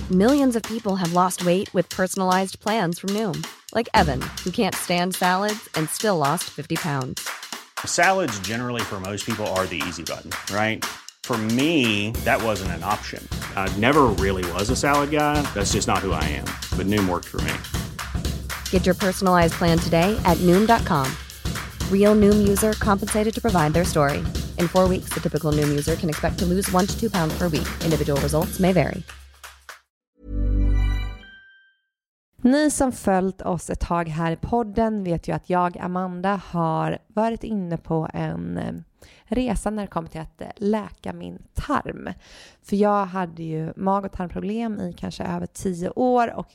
Millions of people have lost weight with personalized plans from Noom. Like Evan, who can't stand salads and still lost 50 pounds. Salads generally for most people are the easy button, right? For me, that wasn't an option. I never really was a salad guy. That's just not who I am. But Noom worked for me. Get your personalized plan today at Noom.com. Real Noom user compensated to provide their story. In 4 weeks, the typical Noom user can expect to lose 1 to 2 pounds per week. Individual results may vary. Ni som följt oss ett tag här i podden vet ju att jag, Amanda, har varit inne på en resa när det kommer till att läka min tarm. För jag hade ju mag- och tarmproblem i kanske över 10 år och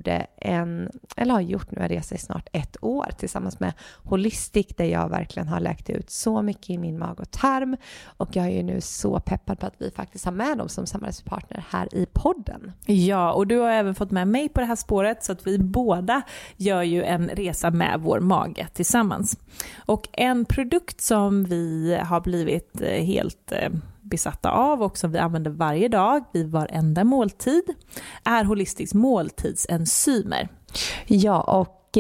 har gjort nu en resa i snart 1 år tillsammans med Holistic, där jag verkligen har läkt ut så mycket i min mag och tarm. Och jag är ju nu så peppad på att vi faktiskt har med dem som samarbetspartner här i podden. Ja, och du har även fått med mig på det här spåret, så att vi båda gör ju en resa med vår mage tillsammans. Och en produkt som vi har blivit helt besatta av och som vi använder varje dag vid varenda måltid är Holistics måltidsenzymer. Ja, och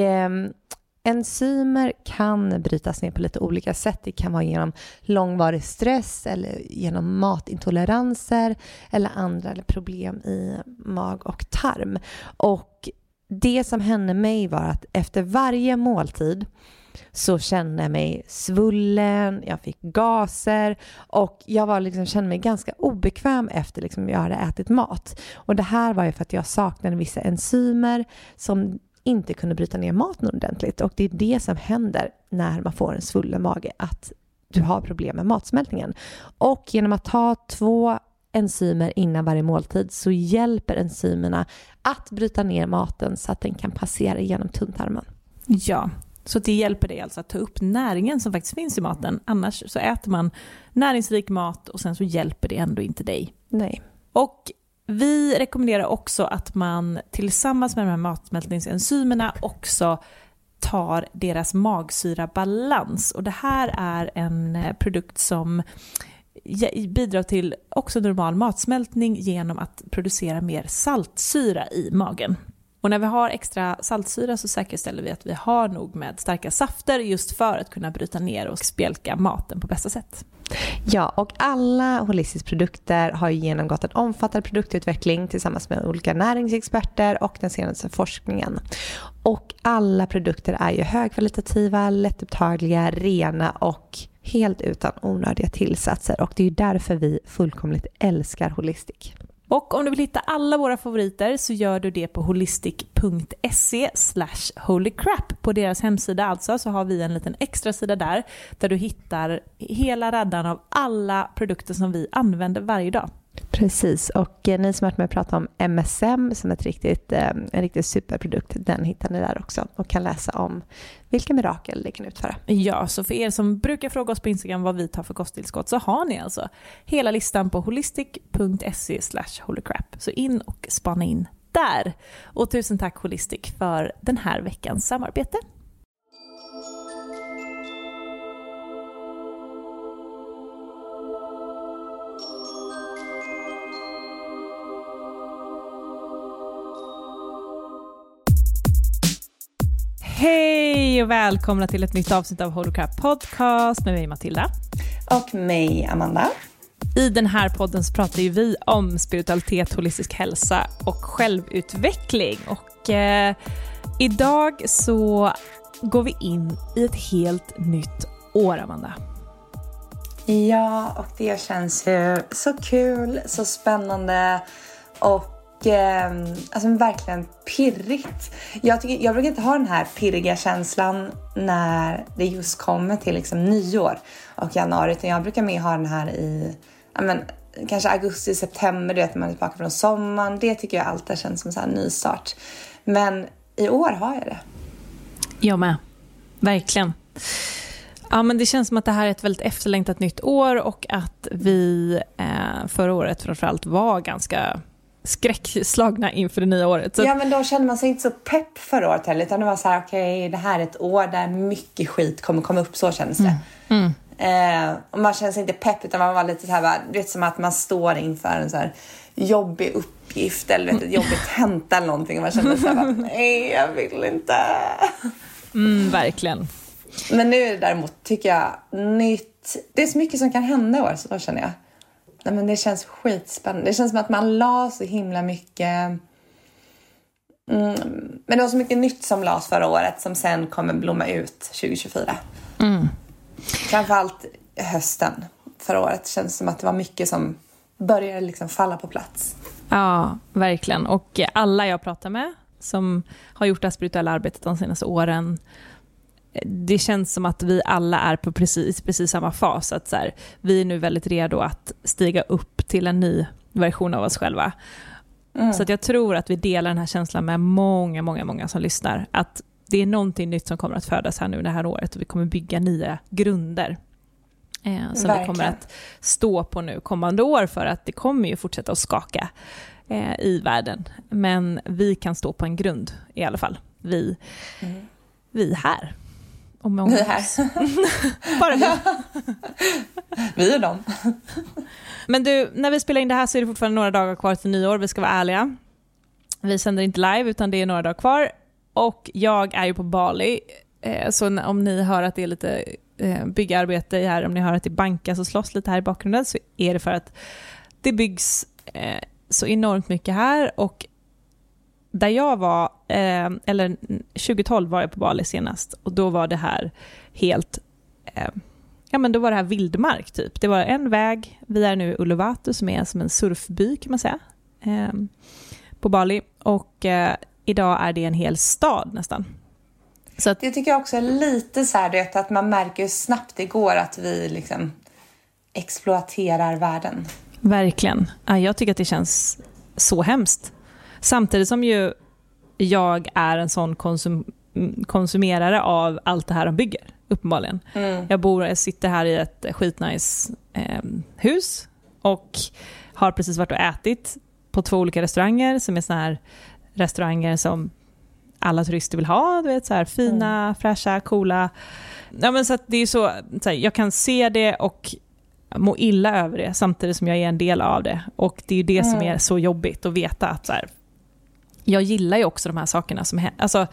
enzymer kan brytas ner på lite olika sätt. Det kan vara genom långvarig stress eller genom matintoleranser eller andra problem i mag och tarm. Och det som hände mig var att efter varje måltid så kände jag mig svullen, jag fick gaser och jag kände mig ganska obekväm efter jag hade ätit mat. Och det här var ju för att jag saknade vissa enzymer som inte kunde bryta ner maten ordentligt. Och det är det som händer när man får en svullen mage, att du har problem med matsmältningen. Och genom att ta 2 enzymer innan varje måltid så hjälper enzymerna att bryta ner maten så att den kan passera genom tunntarmen. Ja, så det hjälper dig alltså att ta upp näringen som faktiskt finns i maten. Annars så äter man näringsrik mat och sen så hjälper det ändå inte dig. Nej. Och vi rekommenderar också att man tillsammans med de här matsmältningsenzymerna också tar deras magsyrabalans. Och det här är en produkt som bidrar till också normal matsmältning genom att producera mer saltsyra i magen. Och när vi har extra saltsyra så säkerställer vi att vi har nog med starka safter just för att kunna bryta ner och spjälka maten på bästa sätt. Ja, och alla Holistics produkter har genomgått en omfattande produktutveckling tillsammans med olika näringsexperter och den senaste forskningen. Och alla produkter är ju högkvalitativa, lättupptagliga, rena och helt utan onödiga tillsatser. Och det är ju därför vi fullkomligt älskar Holistic. Och om du vill hitta alla våra favoriter så gör du det på holistic.se/holycrap. På deras hemsida alltså så har vi en liten extra sida där du hittar hela raddan av alla produkter som vi använder varje dag. Precis, och ni som har varit med och pratat om MSM som en riktigt superprodukt, den hittar ni där också och kan läsa om vilka mirakel det kan utföra. Ja, så för er som brukar fråga oss på Instagram vad vi tar för kosttillskott så har ni alltså hela listan på holistic.se/holycrap. Så in och spana in där. Och tusen tack Holistic för den här veckans samarbete. Hej och välkomna till ett nytt avsnitt av Holycrap Podcast med mig Matilda. Och mig Amanda. I den här podden så pratar ju vi om spiritualitet, holistisk hälsa och självutveckling. Och idag så går vi in i ett helt nytt år, Amanda. Ja, och det känns ju så kul, så spännande och alltså verkligen pirrigt. Jag brukar inte ha den här pirriga känslan när det just kommer till nyår och januari, utan jag brukar mer ha den här i kanske augusti, september, du vet, när man är tillbaka från sommaren. Det tycker jag alltid känns som så här nystart. Men i år har jag det. Jag med. Verkligen. Ja, men det känns som att det här är ett väldigt efterlängtat nytt år och att vi förra året framförallt var ganska skräckslagna inför det nya året. Så... Ja, men då kände man sig inte så pepp förra året heller, utan det var så här, okej, det här är ett år där mycket skit kommer komma upp, så känns det. Och man känns inte pepp, utan man var lite så här, det är som att man står inför en så här jobbig uppgift uppgift eller ett jobbigt tenta eller någonting och man känner så här, nej jag vill inte. Verkligen. Men nu är det däremot, tycker jag, nytt. Det är så mycket som kan hända i år, så då känner jag. Nej, men det känns skitspännande. Det känns som att man la så himla mycket. Men det var så mycket nytt som lades förra året som sen kommer blomma ut 2024. Framförallt hösten förra året känns som att det var mycket som började liksom falla på plats. Ja, verkligen. Och alla jag pratar med som har gjort det här spirituella arbetet de senaste åren, det känns som att vi alla är på precis samma fas. Att så här, vi är nu väldigt redo att stiga upp till en ny version av oss själva. Så att jag tror att vi delar den här känslan med många som lyssnar. Att det är någonting nytt som kommer att födas här nu det här året och vi kommer bygga nya grunder. Som vi kommer att stå på nu kommande år, för att det kommer ju fortsätta att skaka i världen. Men vi kan stå på en grund i alla fall. Vi här. Vi här. Bara vi. Vi är dem. Men du, när vi spelar in det här så är det fortfarande några dagar kvar till nyår. Vi ska vara ärliga. Vi sänder inte live utan det är några dagar kvar. Och jag är ju på Bali. Så om ni hör att det är lite byggarbete här, om ni hör att det bankas och slåss lite här i bakgrunden, så är det för att det byggs så enormt mycket här. Och där jag var, eller 2012 var jag på Bali senast, och då var det här helt, men då var det här vildmark typ. Det var en väg, vi är nu i Uluwatu som är som en surfby kan man säga, på Bali, och idag är det en hel stad nästan. Så att, det tycker jag också är lite så här, att man märker hur snabbt det går att vi liksom exploaterar världen. Verkligen. Ja, jag tycker att det känns så hemskt. Samtidigt som ju jag är en sån konsumerare av allt det här de bygger, uppenbarligen. Jag sitter här i ett skitnice hus och har precis varit och ätit på 2 olika restauranger som är såna här restauranger som alla turister vill ha, du vet, så här fina, fräscha, coola. Ja, men så att det är så här, jag kan se det och må illa över det samtidigt som jag är en del av det. Och det är ju det som är så jobbigt att veta, att så här, jag gillar ju också de här sakerna som händer. Alltså,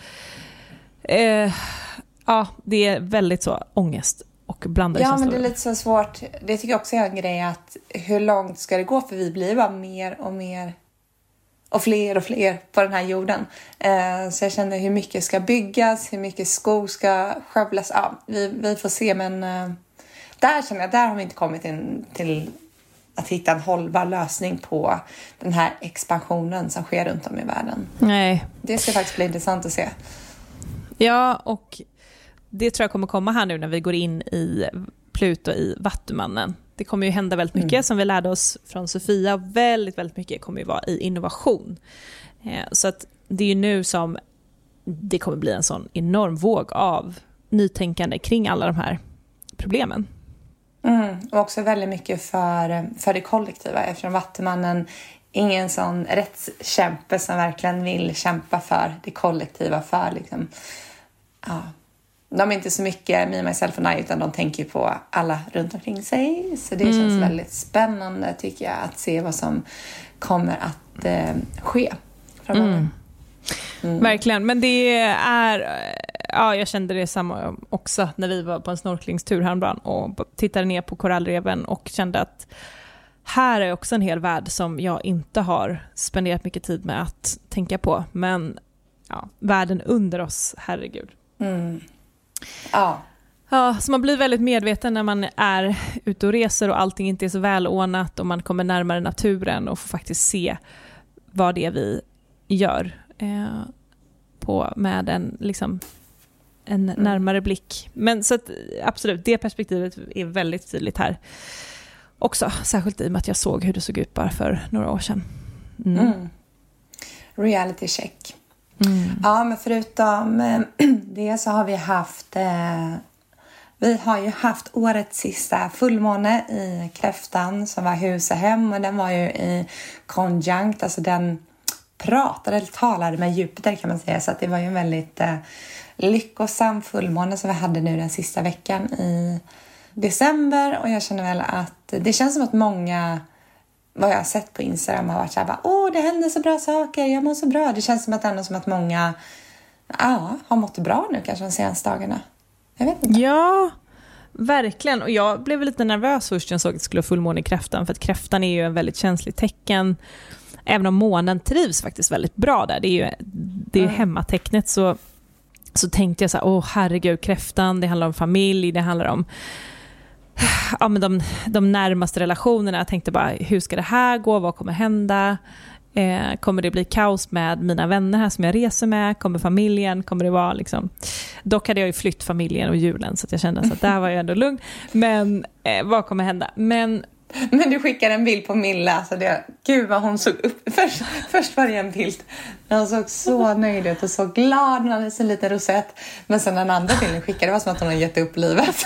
ja, det är väldigt så ångest och blandade känslor. Ja, men det är lite så svårt. Det tycker jag också är en grej, att hur långt ska det gå, för vi blir bara mer och mer och fler på den här jorden. Så jag känner hur mycket ska byggas, hur mycket skog ska skövlas. Ja, vi får se, men där känner jag, där har vi inte kommit in till att hitta en hållbar lösning på den här expansionen som sker runt om i världen. Nej. Det ska faktiskt bli intressant att se. Ja, och det tror jag kommer komma här nu när vi går in i Pluto i Vattumannen. Det kommer ju hända väldigt mycket som vi lärde oss från Sofia. Väldigt mycket kommer ju vara i innovation. Så att det är ju nu som det kommer bli en sån enorm våg av nytänkande kring alla de här problemen. Och också väldigt mycket för det kollektiva. Eftersom Vattumannen är ingen sån rättskämpe som verkligen vill kämpa för det kollektiva. För liksom, ja. De är inte så mycket me, myself and I, utan de tänker på alla runt omkring sig. Så det känns väldigt spännande, tycker jag, att se vad som kommer att ske framöver. Verkligen, men det är... Ja, jag kände det samma också när vi var på en snorklingstur häromdagen och tittade ner på korallreven och kände att här är också en hel värld som jag inte har spenderat mycket tid med att tänka på. Men ja, världen under oss, herregud. Ja. Ja, så man blir väldigt medveten när man är ute och reser och allting inte är så välordnat och man kommer närmare naturen och får faktiskt se vad det är vi gör med en liksom en närmare blick. Men så att, absolut, det perspektivet är väldigt tydligt här också, särskilt i och med att jag såg hur det såg ut bara för några år sedan. Reality check. Ja, men förutom det så har vi har ju haft årets sista fullmåne i Kräftan som var husehem, och den var ju i konjunkt, alltså den talade med Jupiter kan man säga, så att det var ju en väldigt lyckosam fullmåne som vi hade nu den sista veckan i december. Och jag känner väl att det känns som att många vad jag har sett på Instagram har varit så här, det händer så bra saker, jag mår så bra. Det känns som att många har mått bra nu kanske de senaste dagarna. Jag vet inte. Ja, verkligen. Och jag blev lite nervös först när jag såg att det skulle vara fullmåne i kräftan. För att kräftan är ju en väldigt känslig tecken. Även om månen trivs faktiskt väldigt bra där. Det är ju hemmatecknet. Så tänkte jag så här, herregud, kräftan, det handlar om familj, det handlar om men de närmaste relationerna. Jag tänkte bara, hur ska det här gå? Vad kommer hända? Kommer det bli kaos med mina vänner här som jag reser med? Kommer familjen? Kommer det vara liksom... Dock hade jag ju flytt familjen och julen så att jag kände att där var jag ändå lugn. Men vad kommer hända? Men du skickade en bild på Milla. Så gud vad hon såg upp. Först var det en bild. Hon såg så nöjd ut och så glad. Hon hade sin liten rosett. Men sen den andra bilden skickade, det var som att hon hade gett upp livet.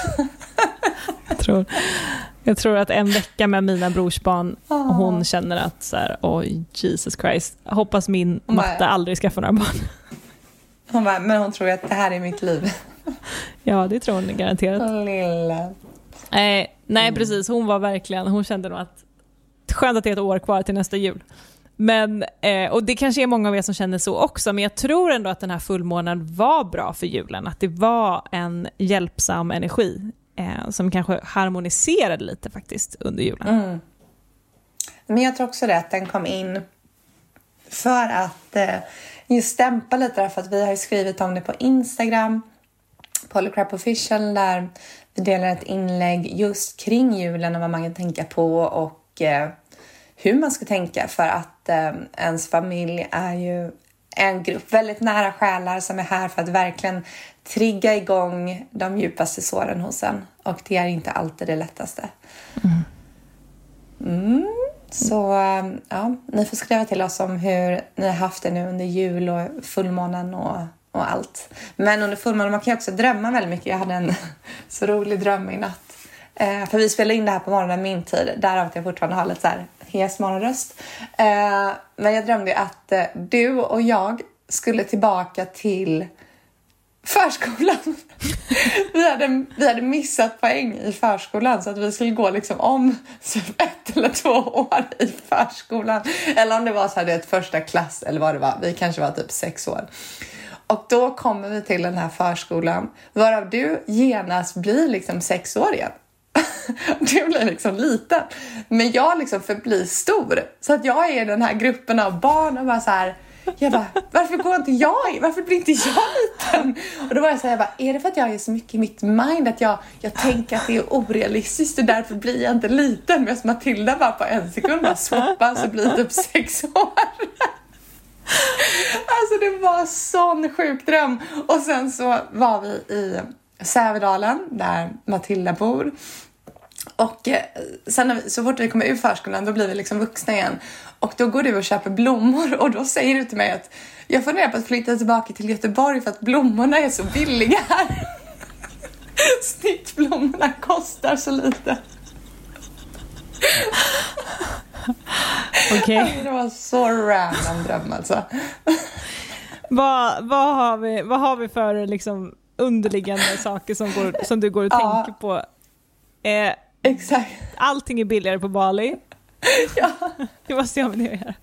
Jag tror att en vecka med mina brorsbarn och hon känner att så här, Jesus Christ, jag hoppas min matte aldrig ska få några barn. Hon bara, men hon tror att det här är mitt liv. Ja, det tror hon garanterat. Lilla. Nej, precis. Hon kände nog att skönt att det är ett år kvar till nästa jul. Men, och det kanske är många av er som känner så också, men jag tror ändå att den här fullmånen var bra för julen. Att det var en hjälpsam energi som kanske harmoniserade lite faktiskt under julen. Men jag tror också det att den kom in för att just dämpa lite där, för att vi har skrivit om det på Instagram, Polycrap Official, där vi delar ett inlägg just kring julen och vad man kan tänka på och hur man ska tänka, för att ens familj är ju en grupp väldigt nära själar som är här för att verkligen trigga igång de djupaste såren hos en, och det är inte alltid det lättaste. Så ni får skriva till oss om hur ni har haft det nu under jul och fullmånen och allt. Men under fullmånen man kan ju också drömma väldigt mycket. Jag hade en så rolig dröm i natt. För vi spelade in det här på morgonen min tid, därav att jag fortfarande har lite så här hes morgonröst. Men jag drömde att du och jag skulle tillbaka till förskolan. Vi hade missat poäng i förskolan, så att vi skulle gå liksom om 1 eller 2 år i förskolan. Eller om det var så här, det första klass eller vad det var. Vi kanske var typ 6 år. Och då kommer vi till den här förskolan, varav du genast blir liksom 6 år igen. Du blir liksom liten. Men jag liksom förblir stor. Så att jag är i den här gruppen av barn och bara så här... Jag bara, varför blir inte jag liten? Och då var jag så här, är det för att jag är så mycket i mitt mind att jag tänker att det är orealistiskt och därför blir jag inte liten? Men som Matilda bara på 1 sekund bara swappar så blir det typ 6 år. Alltså det var sån sjuk dröm. Och sen så var vi i Sävedalen där Matilda bor. Och sen så fort vi kommer ur förskolan då blir vi liksom vuxna igen. Och då går du och köper blommor och då säger du till mig att jag funderar på att flytta tillbaka till Göteborg för att blommorna är så billiga här. Snittblommorna kostar så lite. Okej. Alltså, det var så random dröm alltså. Vad har vi för liksom underliggande saker som du går och tänker på? Exakt. Allting är billigare på Bali. Ja. Det måste jag med det göra.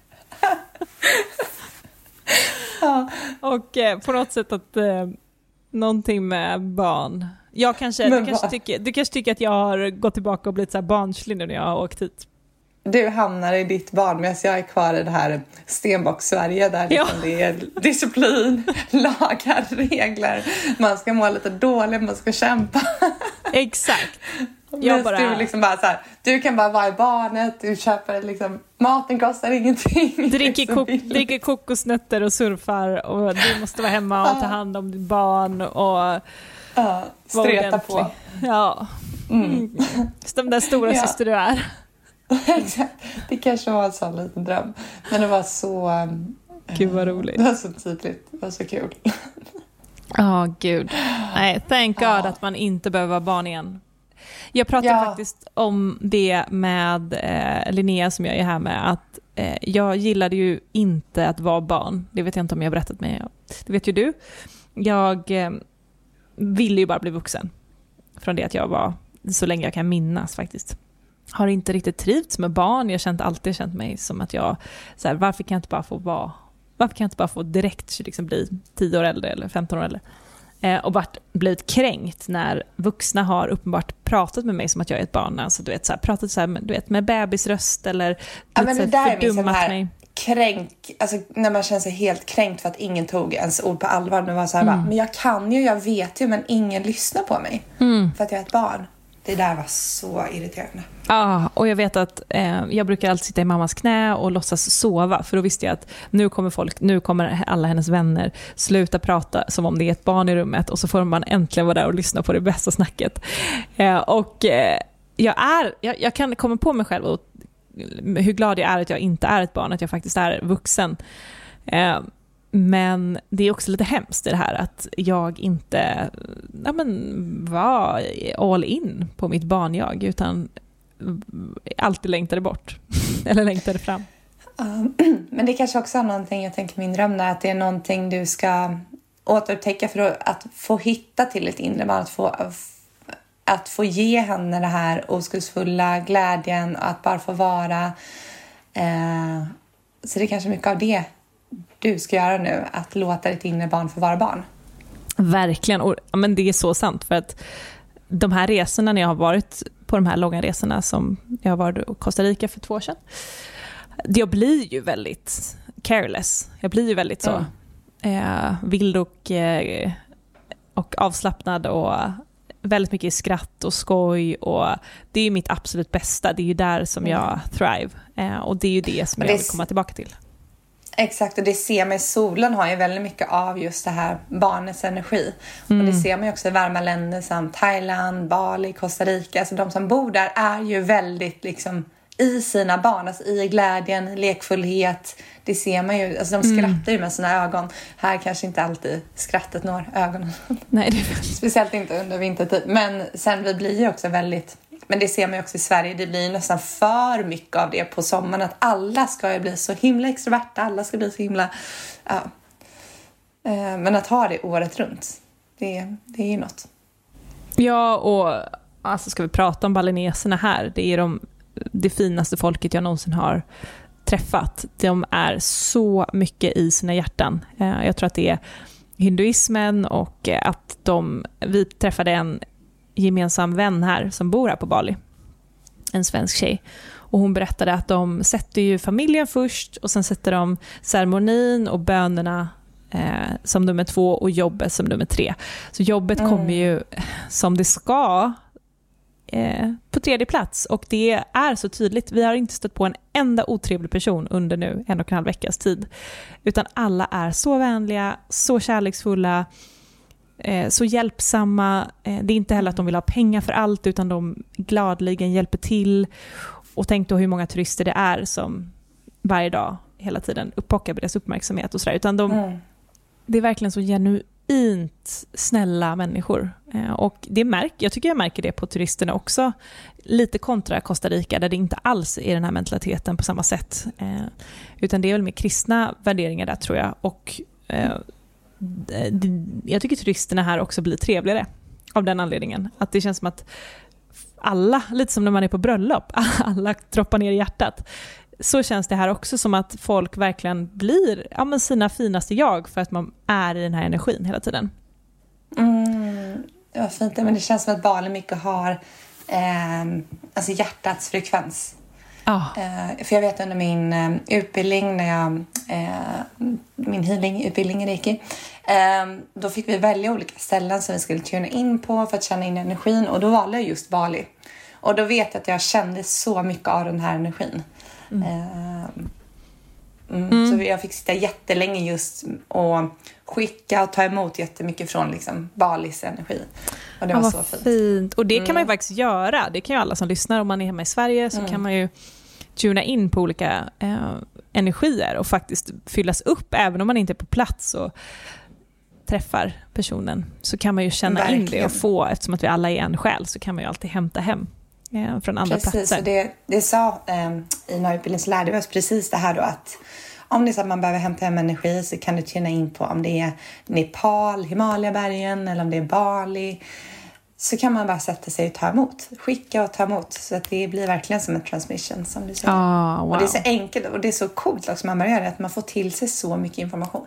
Ja. Och på något sätt att någonting med barn. Du kanske tycker att jag har gått tillbaka och blivit så här barnslig nu när jag har åkt hit. Du hamnar i ditt barn medan jag är kvar i det här Stenbock-Sverige där liksom det är disciplin, lagar, regler. Man ska må lite dåligt, man ska kämpa. Exakt. Du liksom bara så här, du kan bara vara i barnet, du köper liksom, maten kostar ingenting. Dricker kokosnötter och surfar och du måste vara hemma och ta hand om ditt barn och streta på. Ja. Den där stora syster du är. Exakt. Det kanske var en sån liten dröm. Men det var så... Gud vad roligt. Det var så tydligt. Det var så kul. Gud. Nej, thank God att man inte behöver vara barn igen. Jag pratade faktiskt om det med Linnea som jag är här med. Att jag gillade ju inte att vara barn. Det vet jag inte om jag har berättat mig. Det vet ju du. Jag ville ju bara bli vuxen. Från det att jag var så länge jag kan minnas faktiskt. har inte riktigt trivts med barn. Jag har alltid känt mig som att jag så här, varför kan jag inte bara få direkt liksom bli 10 år äldre eller 15 år äldre? Och blivit kränkt när vuxna har uppenbart pratat med mig som att jag är ett barn. Alltså, du vet, så här, pratat så här, du vet, med bebisröst eller men det där fördummat är mig. Alltså när man känner sig helt kränkt för att ingen tog ens ord på allvar. Det var så här, bara, men jag vet ju, men ingen lyssnar på mig. För att jag är ett barn. Det där var så irriterande. Ja, och jag vet att jag brukar alltid sitta i mammas knä och låtsas sova. För då visste jag att nu kommer alla hennes vänner sluta prata som om det är ett barn i rummet. Och så får man äntligen vara där och lyssna på det bästa snacket. Jag kan komma på mig själv och hur glad jag är att jag inte är ett barn, att jag faktiskt är vuxen. Men det är också lite hemskt det här att jag inte var all in på mitt barn utan alltid längtade bort eller längtade fram. Men det kanske också är någonting, jag tänker mindre om det, att det är någonting du ska återupptäcka för att få hitta till ett inre barn, att få ge henne det här oskuldsfulla glädjen och att bara få vara. Så det är kanske mycket av det du ska göra nu, att låta ditt inre barn få vara barn. Verkligen, och men det är så sant, för att de här resorna, när jag har varit på de här långa resorna som jag har varit i Costa Rica för 2 år sedan, jag blir ju väldigt careless. Jag blir ju väldigt så vild och avslappnad och väldigt mycket skratt och skoj, och det är ju mitt absolut bästa. Det är ju där som jag thrive, och det är ju det som jag vill komma tillbaka till. Exakt, och det ser man i solen har ju väldigt mycket av just det här barnets energi. Och det ser man ju också i varma länder som Thailand, Bali, Costa Rica. Alltså de som bor där är ju väldigt liksom i sina barn, alltså i glädjen, lekfullhet. Det ser man ju, alltså de skrattar ju med sina ögon. Här kanske inte alltid skrattet når ögonen. Nej, det speciellt inte under vintertid. Men sen vi blir ju också väldigt, men det ser man ju också i Sverige, det blir nästan för mycket av det på sommaren, att alla ska ju bli så himla extroverta, alla ska bli så himla men att ha det året runt, det är ju något. Ja, och alltså ska vi prata om balineserna här, det är det finaste folket jag någonsin har träffat. De är så mycket i sina hjärtan. Jag tror att det är hinduismen, och att vi träffade en gemensam vän här som bor här på Bali, en svensk tjej, och hon berättade att de sätter ju familjen först, och sen sätter de ceremonin och bönerna som nummer 2 och jobbet som nummer 3. Så jobbet kommer ju som det ska på 3:e plats, och det är så tydligt. Vi har inte stött på en enda otrevlig person under nu 1,5 veckas tid, utan alla är så vänliga, så kärleksfulla, så hjälpsamma. Det är inte heller att de vill ha pengar för allt, utan de gladligen hjälper till. Och tänk då hur många turister det är som varje dag hela tiden upppockar deras uppmärksamhet och sådär, utan det är verkligen så genuint snälla människor. Och jag tycker jag märker det på turisterna också, lite kontra Costa Rica, där det inte alls är den här mentaliteten på samma sätt, utan det är väl mer kristna värderingar där, tror jag. Och jag tycker turisterna här också blir trevligare av den anledningen, att det känns som att alla, lite som när man är på bröllop, alla droppar ner i hjärtat. Så känns det här också, som att folk verkligen blir sina finaste jag, för att man är i den här energin hela tiden. Det var fint, men det känns som att Bali mycket har alltså hjärtats frekvens. För jag vet under min utbildning, när jag min healingutbildning i Reiki, då fick vi välja olika ställen som vi skulle tuna in på för att känna in energin, och då valde jag just Bali. Och då vet jag att jag kände så mycket av den här energin. Så jag fick sitta jättelänge just och skicka och ta emot jättemycket från liksom Balis energi. Och det var så fint. Och det kan man ju faktiskt göra. Det kan ju alla som lyssnar, om man är hemma i Sverige, så kan man ju tuna in på olika energier och faktiskt fyllas upp, även om man inte är på plats och träffar personen, så kan man ju känna in det och få, eftersom att vi alla är en själ, så kan man ju alltid hämta hem från andra platser. Precis, det sa i den här utbildningen, så lärde vi oss precis det här då, att om det är så att man behöver hämta hem energi, så kan du tjäna in på om det är Nepal, Himalaya-bergen, eller om det är Bali. så kan man bara sätta sig och ta emot. Skicka och ta emot. Så att det blir verkligen som en transmission som du säger. Wow. Och det är så enkelt och det är så coolt också man börjar att man får till sig så mycket information.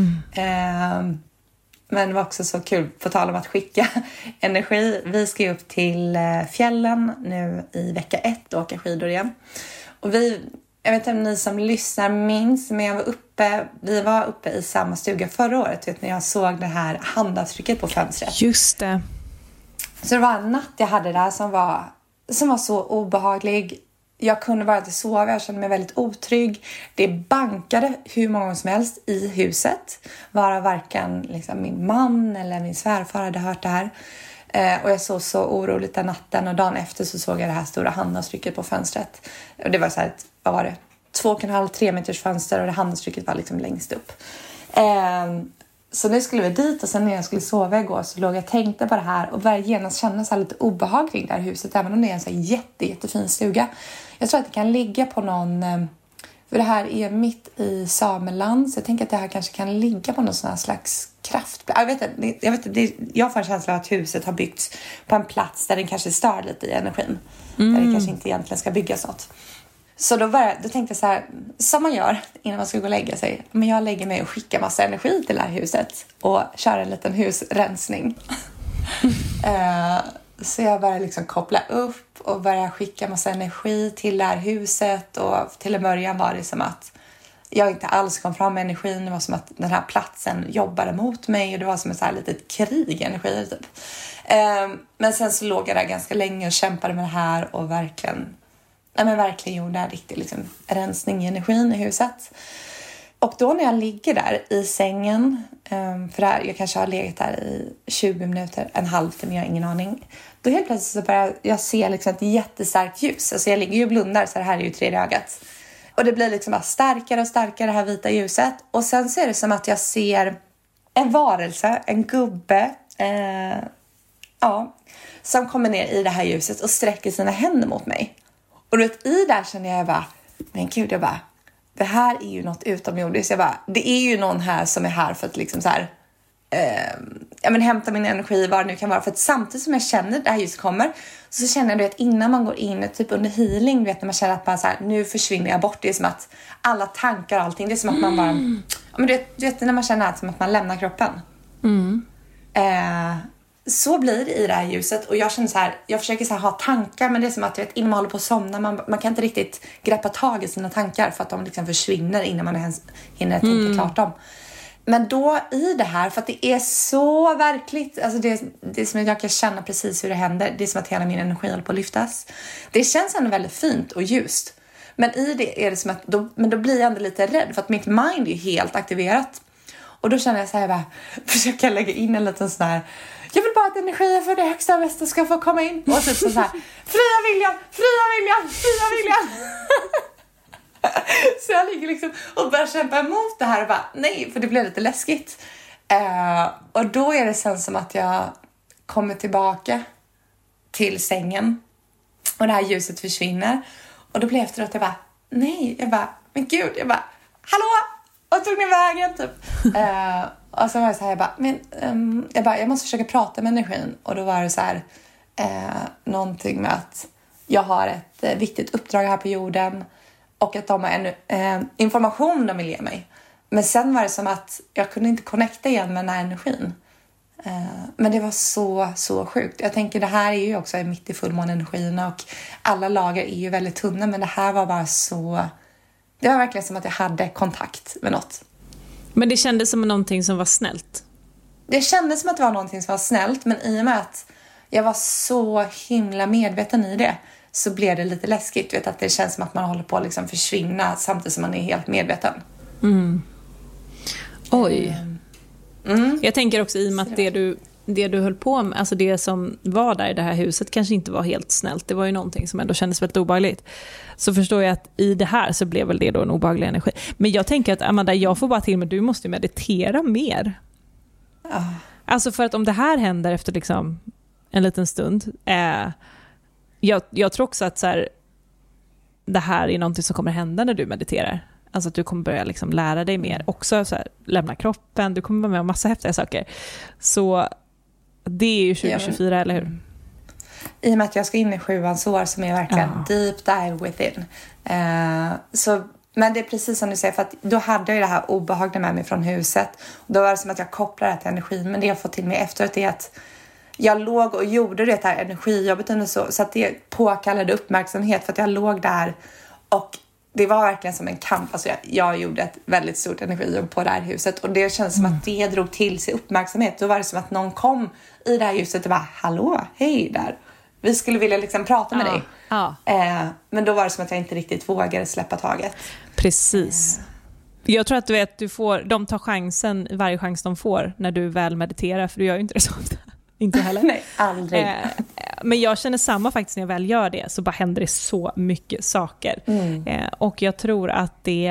Men det var också så kul på tal om att skicka energi. Vi ska upp till fjällen nu i vecka 1 och åka skidor igen. Och jag vet inte om ni som lyssnar minns, men vi var uppe i samma stuga förra året, vet ni, när jag såg det här handavtrycket på fönstret. Just det. Så det var en natt jag hade där som var så obehaglig. Jag kunde bara inte sova, jag kände mig väldigt otrygg. Det bankade hur många som helst i huset. Varav varken liksom min man eller min svärfar hade hört det här. Och jag såg så oroligt den natten och dagen efter så såg jag det här stora handavtrycket på fönstret. Och det var så här, vad var det? 2,5-3 meters fönster och det handavtrycket var liksom längst upp. Så nu skulle vi dit och sen när jag skulle sova igår så låg jag och tänkte på det här och började genast känna så här lite obehag kring det här huset, även om det är en så här jättefin stuga. Jag tror att det kan ligga på någon, för det här är mitt i sameland, så jag tänker att det här kanske kan ligga på någon sån här slags kraft. Jag får en känsla av att huset har byggts på en plats där det kanske stör lite i energin. Där det kanske inte egentligen ska byggas något. Så då tänkte jag så här, som man gör innan man ska gå och lägga sig. Men jag lägger mig och skickar massa energi till det här huset. Och kör en liten husrensning. Så jag började liksom koppla upp och började skicka massa energi till det här huset. Och till en början var det som att jag inte alls kom fram med energin. Det var som att den här platsen jobbade mot mig. Och det var som ett så här litet krig energi typ. Men sen så låg jag där ganska länge och kämpade med det här. Och verkligen gjorde en riktig liksom, rensning i energin i huset. Och då när jag ligger där i sängen, för jag kanske har legat där i 20 minuter, en halvtimme, jag har ingen aning. Då helt plötsligt så börjar jag se liksom ett jättestarkt ljus. Alltså jag ligger ju och blundar, så det här är ju tredje ögat. Och det blir liksom bara starkare och starkare, det här vita ljuset. Och sen så är det som att jag ser en varelse, en gubbe, som kommer ner i det här ljuset och sträcker sina händer mot mig. Och i där känner jag bara, men gud, det här är ju något utomjordiskt. Det är ju någon här som är här för att liksom så här, hämta min energi, vad det nu kan vara. För att samtidigt som jag känner det här ljuset kommer, så känner jag att innan man går in typ under healing, vet, när man känner att man så här, nu försvinner jag bort. Det är som att alla tankar och allting, det är som att man bara, men du vet när man känner att, som att man lämnar kroppen. Så blir det i det här ljuset. Och jag känner så här, jag försöker så här ha tankar, men det är som att innan man håller på att somna, man kan inte riktigt greppa tag i sina tankar för att de liksom försvinner innan man ens hinner tänka klart dem. Men då i det här, för att det är så verkligt, alltså det är som att jag kan känna precis hur det händer. Det är som att hela min energi håller på att lyftas. Det känns ändå väldigt fint och ljust. Men i det är det som att, då blir jag ändå lite rädd, för att mitt mind är helt aktiverat. Och då känner jag så här, jag försöker lägga in en liten sån här, jag vill bara att energin för det högsta och bästa ska få komma in. Och så här, fria viljan. Så jag ligger liksom och börjar kämpa emot det här och bara, nej, för det blir lite läskigt. Och då är det sen som att jag kommer tillbaka till sängen och det här ljuset försvinner. Och då blir jag efteråt, men gud, hallå, och tog ni vägen typ. Och så var det så här, jag måste försöka prata med energin. Och då var det så här, någonting med att jag har ett viktigt uppdrag här på jorden och att de har information de vill ge mig. Men sen var det som att jag kunde inte connecta igen med den här energin. Men det var så sjukt. Jag tänker, det här är ju också mitt i fullmånenergierna och alla lager är ju väldigt tunna, men det här var bara så, det var verkligen som att jag hade kontakt med något. Men det kändes som någonting som var snällt? Det kändes som att det var någonting som var snällt, men i och med att jag var så himla medveten i det, så blev det lite läskigt. Vet, att det känns som att man håller på att liksom försvinna samtidigt som man är helt medveten. Oj. Jag tänker också i och med att det du höll på med, alltså det som var där i det här huset kanske inte var helt snällt. Det var ju någonting som ändå kändes väldigt obehagligt. Så förstår jag att i det här så blev väl det då en obehaglig energi. Men jag tänker att Amanda, jag får bara till mig, du måste meditera mer. Alltså för att om det här händer efter liksom en liten stund, jag tror också att så här, det här är någonting som kommer hända när du mediterar. Alltså att du kommer börja liksom lära dig mer. Också så här, lämna kroppen. Du kommer vara med om massa häftiga saker. Så Det är ju 2024, eller hur? I och med att jag ska in i 7:ans år som är verkligen deep dive within. Men det är precis som du säger, för att då hade jag det här obehagliga med mig från huset. Då var det som att jag kopplade det till energin. Men det jag fått till mig efteråt är att jag låg och gjorde det här energijobbet under så att det påkallade uppmärksamhet, för att jag låg där och det var verkligen som en kamp. Alltså jag gjorde ett väldigt stort energijobb på det här huset och det känns som att det drog till sig uppmärksamhet. Då var det som att någon kom i det här huset och bara, hallå, hej där. Vi skulle vilja liksom prata med dig. Men då var det som att jag inte riktigt vågade släppa taget. Precis. Jag tror att de tar chansen, varje chans de får när du väl mediterar, för du gör ju inte det så ofta. Inte heller. Nej, aldrig. Men jag känner samma faktiskt när jag väl gör det, så bara händer det så mycket saker. Och jag tror att det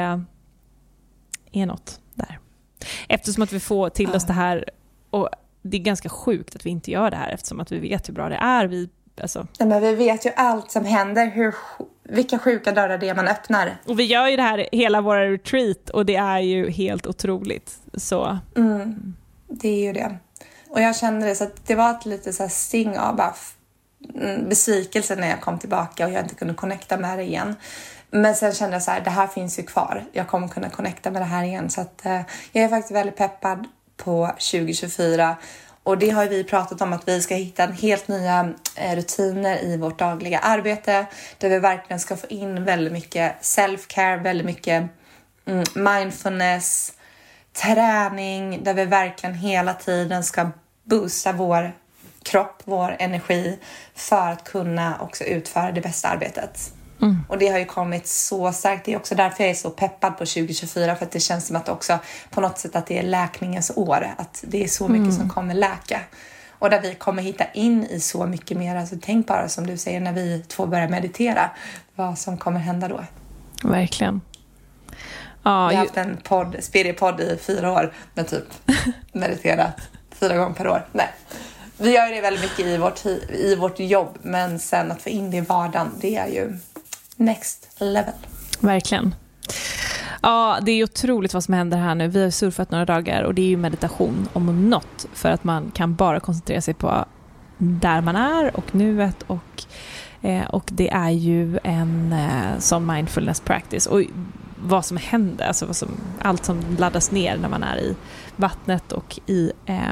är något där. Eftersom att vi får till oss det här, och det är ganska sjukt att vi inte gör det här, eftersom att vi vet hur bra det är. Men vi vet ju allt som händer, vilka sjuka dörrar det är man öppnar. Och vi gör ju det här hela våra retreat, och det är ju helt otroligt. Så. Det är ju det. Och jag kände det, så att det var ett lite så här sting av bara besvikelse när jag kom tillbaka och jag inte kunde connecta med det igen. Men sen kände jag så här, det här finns ju kvar. Jag kommer kunna connecta med det här igen. Så att jag är faktiskt väldigt peppad på 2024. Och det har ju vi pratat om, att vi ska hitta helt nya rutiner i vårt dagliga arbete. Där vi verkligen ska få in väldigt mycket self-care, väldigt mycket mindfulness, träning. Där vi verkligen hela tiden ska boosta vår kropp, vår energi. För att kunna också utföra det bästa arbetet. Och det har ju kommit så starkt. Det är också därför jag är så peppad på 2024. För att det känns som att också på något sätt att det är läkningens år. Att det är så mycket som kommer läka. Och där vi kommer hitta in i så mycket mer. Alltså tänk bara som du säger, när vi två börjar meditera. Vad som kommer hända då. Verkligen. Vi har haft en spirit-podd i 4 år. Men typ mediterat 4 gånger per år. Nej. Vi gör det väldigt mycket i vårt jobb. Men sen att få in det i vardagen, det är ju next level. Verkligen. Ja, det är otroligt vad som händer här nu. Vi har surfat några dagar och det är ju meditation om något. För att man kan bara koncentrera sig på där man är och nuet. Och det är ju en sån mindfulness practice. Och vad som händer, alltså allt som laddas ner när man är i vattnet och i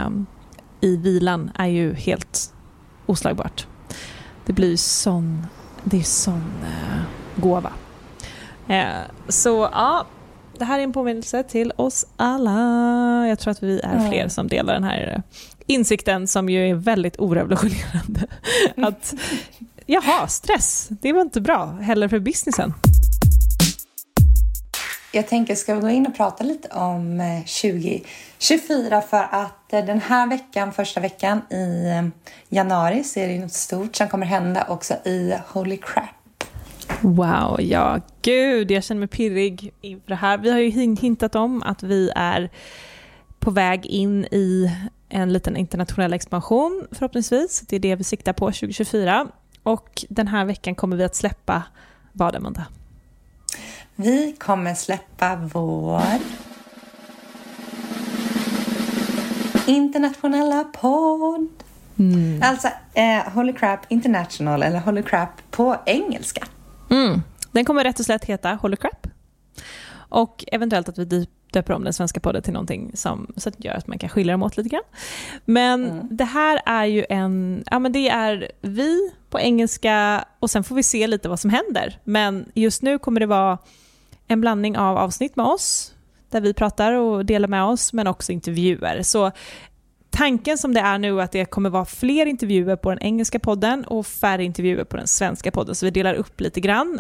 vilan är ju helt oslagbart. Det blir sån gåva. Så ja, det här är en påminnelse till oss alla. Jag tror att vi är fler som delar den här insikten, som ju är väldigt orevolutionerande. Att stress, det var inte bra heller för businessen. Jag tänker, ska vi gå in och prata lite om 2024, för att den här veckan, första veckan i januari, så är det något stort som kommer hända också i Holy Crap. Wow, ja gud, jag känner mig pirrig inför det här. Vi har ju hintat om att vi är på väg in i en liten internationell expansion förhoppningsvis. Det är det vi siktar på 2024. Och den här veckan kommer vi att släppa vad, Amanda? Vi kommer släppa vår internationella podd. Alltså Holy Crap International, eller Holy Crap på engelska. Den kommer rätt och slätt heta Holy Crap. Och eventuellt att vi döper om den svenska podden till någonting som så att gör att man kan skilja dem åt lite grann. Men det här är ju det är vi på engelska, och sen får vi se lite vad som händer. Men just nu kommer det vara en blandning av avsnitt med oss där vi pratar och delar med oss, men också intervjuer. Så tanken som det är nu är att det kommer vara fler intervjuer på den engelska podden och färre intervjuer på den svenska podden. Så vi delar upp lite grann.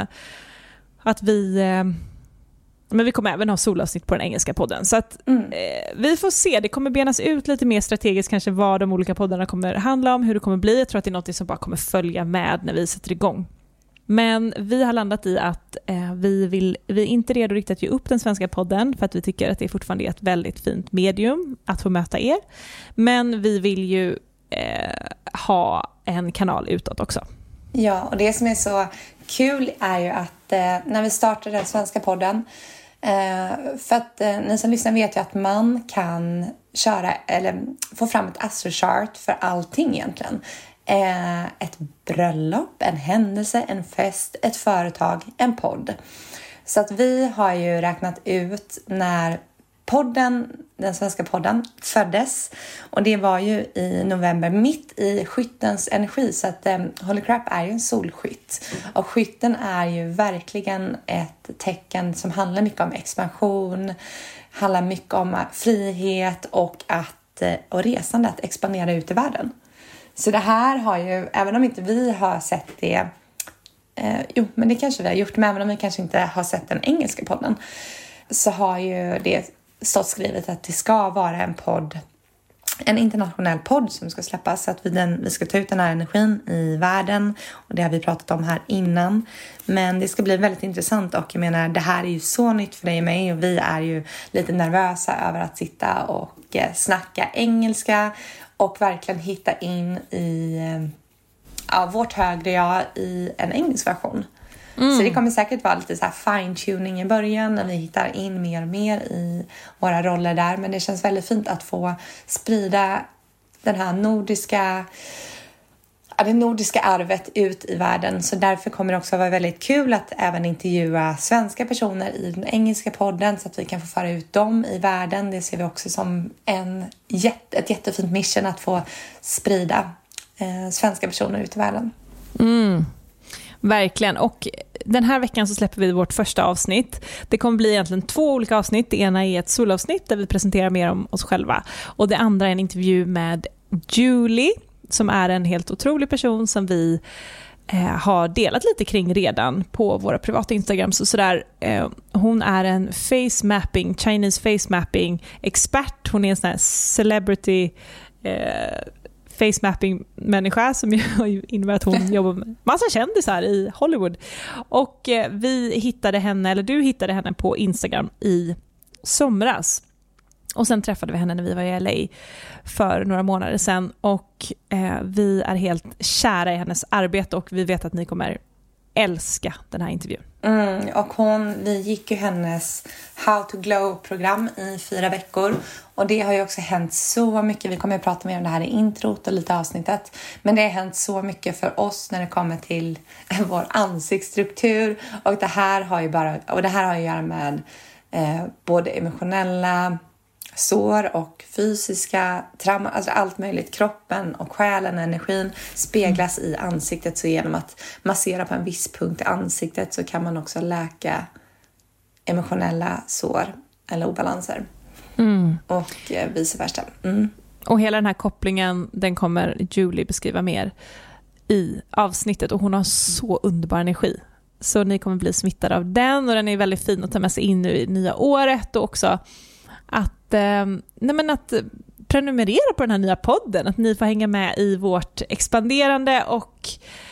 Men vi kommer även ha solavsnitt på den engelska podden. Så att vi får se. Det kommer benas ut lite mer strategiskt kanske vad de olika poddarna kommer handla om, hur det kommer bli. Jag tror att det är något som bara kommer följa med när vi sätter igång. Men vi har landat i att vi är inte redo riktigt att ge upp den svenska podden, för att vi tycker att det fortfarande är ett väldigt fint medium att få möta er. Men vi vill ju ha en kanal utåt också. Ja, och det som är så kul är ju att när vi startade den svenska podden För att ni som lyssnar vet ju att man kan köra eller få fram ett astrochart för allting egentligen. Ett bröllop, en händelse, en fest, ett företag, en podd. Så att vi har ju räknat ut när den svenska podden föddes, och det var ju i november, mitt i skyttens energi, så att Holy Crap är ju en solskytt, och skytten är ju verkligen ett tecken som handlar mycket om expansion, handlar mycket om frihet och resande, att expandera ut i världen. Så det här har ju, även om inte vi har sett det, men det kanske vi har gjort, men även om vi kanske inte har sett den engelska podden, så har ju det stått skrivet att det ska vara en internationell podd som ska släppas, så att vi ska ta ut den här energin i världen, och det har vi pratat om här innan. Men det ska bli väldigt intressant, och jag menar, det här är ju så nytt för dig och mig, och vi är ju lite nervösa över att sitta och snacka engelska och verkligen hitta in i vårt högre jag i en engelsk version. Så det kommer säkert vara lite så här fine-tuning i början när vi hittar in mer och mer i våra roller där. Men det känns väldigt fint att få sprida den här det nordiska arvet ut i världen. Så därför kommer det också vara väldigt kul att även intervjua svenska personer i den engelska podden, så att vi kan få föra ut dem i världen. Det ser vi också som ett jättefint mission att få sprida svenska personer ut i världen. Verkligen, och den här veckan så släpper vi vårt första avsnitt. Det kommer bli egentligen 2 olika avsnitt. Det ena är ett solavsnitt där vi presenterar mer om oss själva, och det andra är en intervju med Julie, som är en helt otrolig person som vi har delat lite kring redan på våra privata Instagrams och sådär. Hon är en Chinese face mapping expert. Hon är en sån här celebrity face mapping människa, som ju innebär att hon jobbar med massa kändisar i Hollywood. Och du hittade henne på Instagram i somras. Och sen träffade vi henne när vi var i LA för några månader sedan, och vi är helt kära i hennes arbete, och vi vet att ni kommer älska den här intervjun. Och vi gick ju hennes How to Glow-program i 4 veckor, och det har ju också hänt så mycket. Vi kommer att prata mer om det här i introt och lite avsnittet, men det har hänt så mycket för oss när det kommer till vår ansiktsstruktur, och det här har ju att göra med både emotionella sår och fysiska trauma, alltså allt möjligt. Kroppen och själen, energin speglas i ansiktet, så genom att massera på en viss punkt i ansiktet så kan man också läka emotionella sår eller obalanser. Och vice versa. Och hela den här kopplingen, den kommer Julie beskriva mer i avsnittet, och hon har så underbar energi. Så ni kommer bli smittade av den, och den är väldigt fin att ta med sig in nu i nya året, och också att prenumerera på den här nya podden, att ni får hänga med i vårt expanderande, och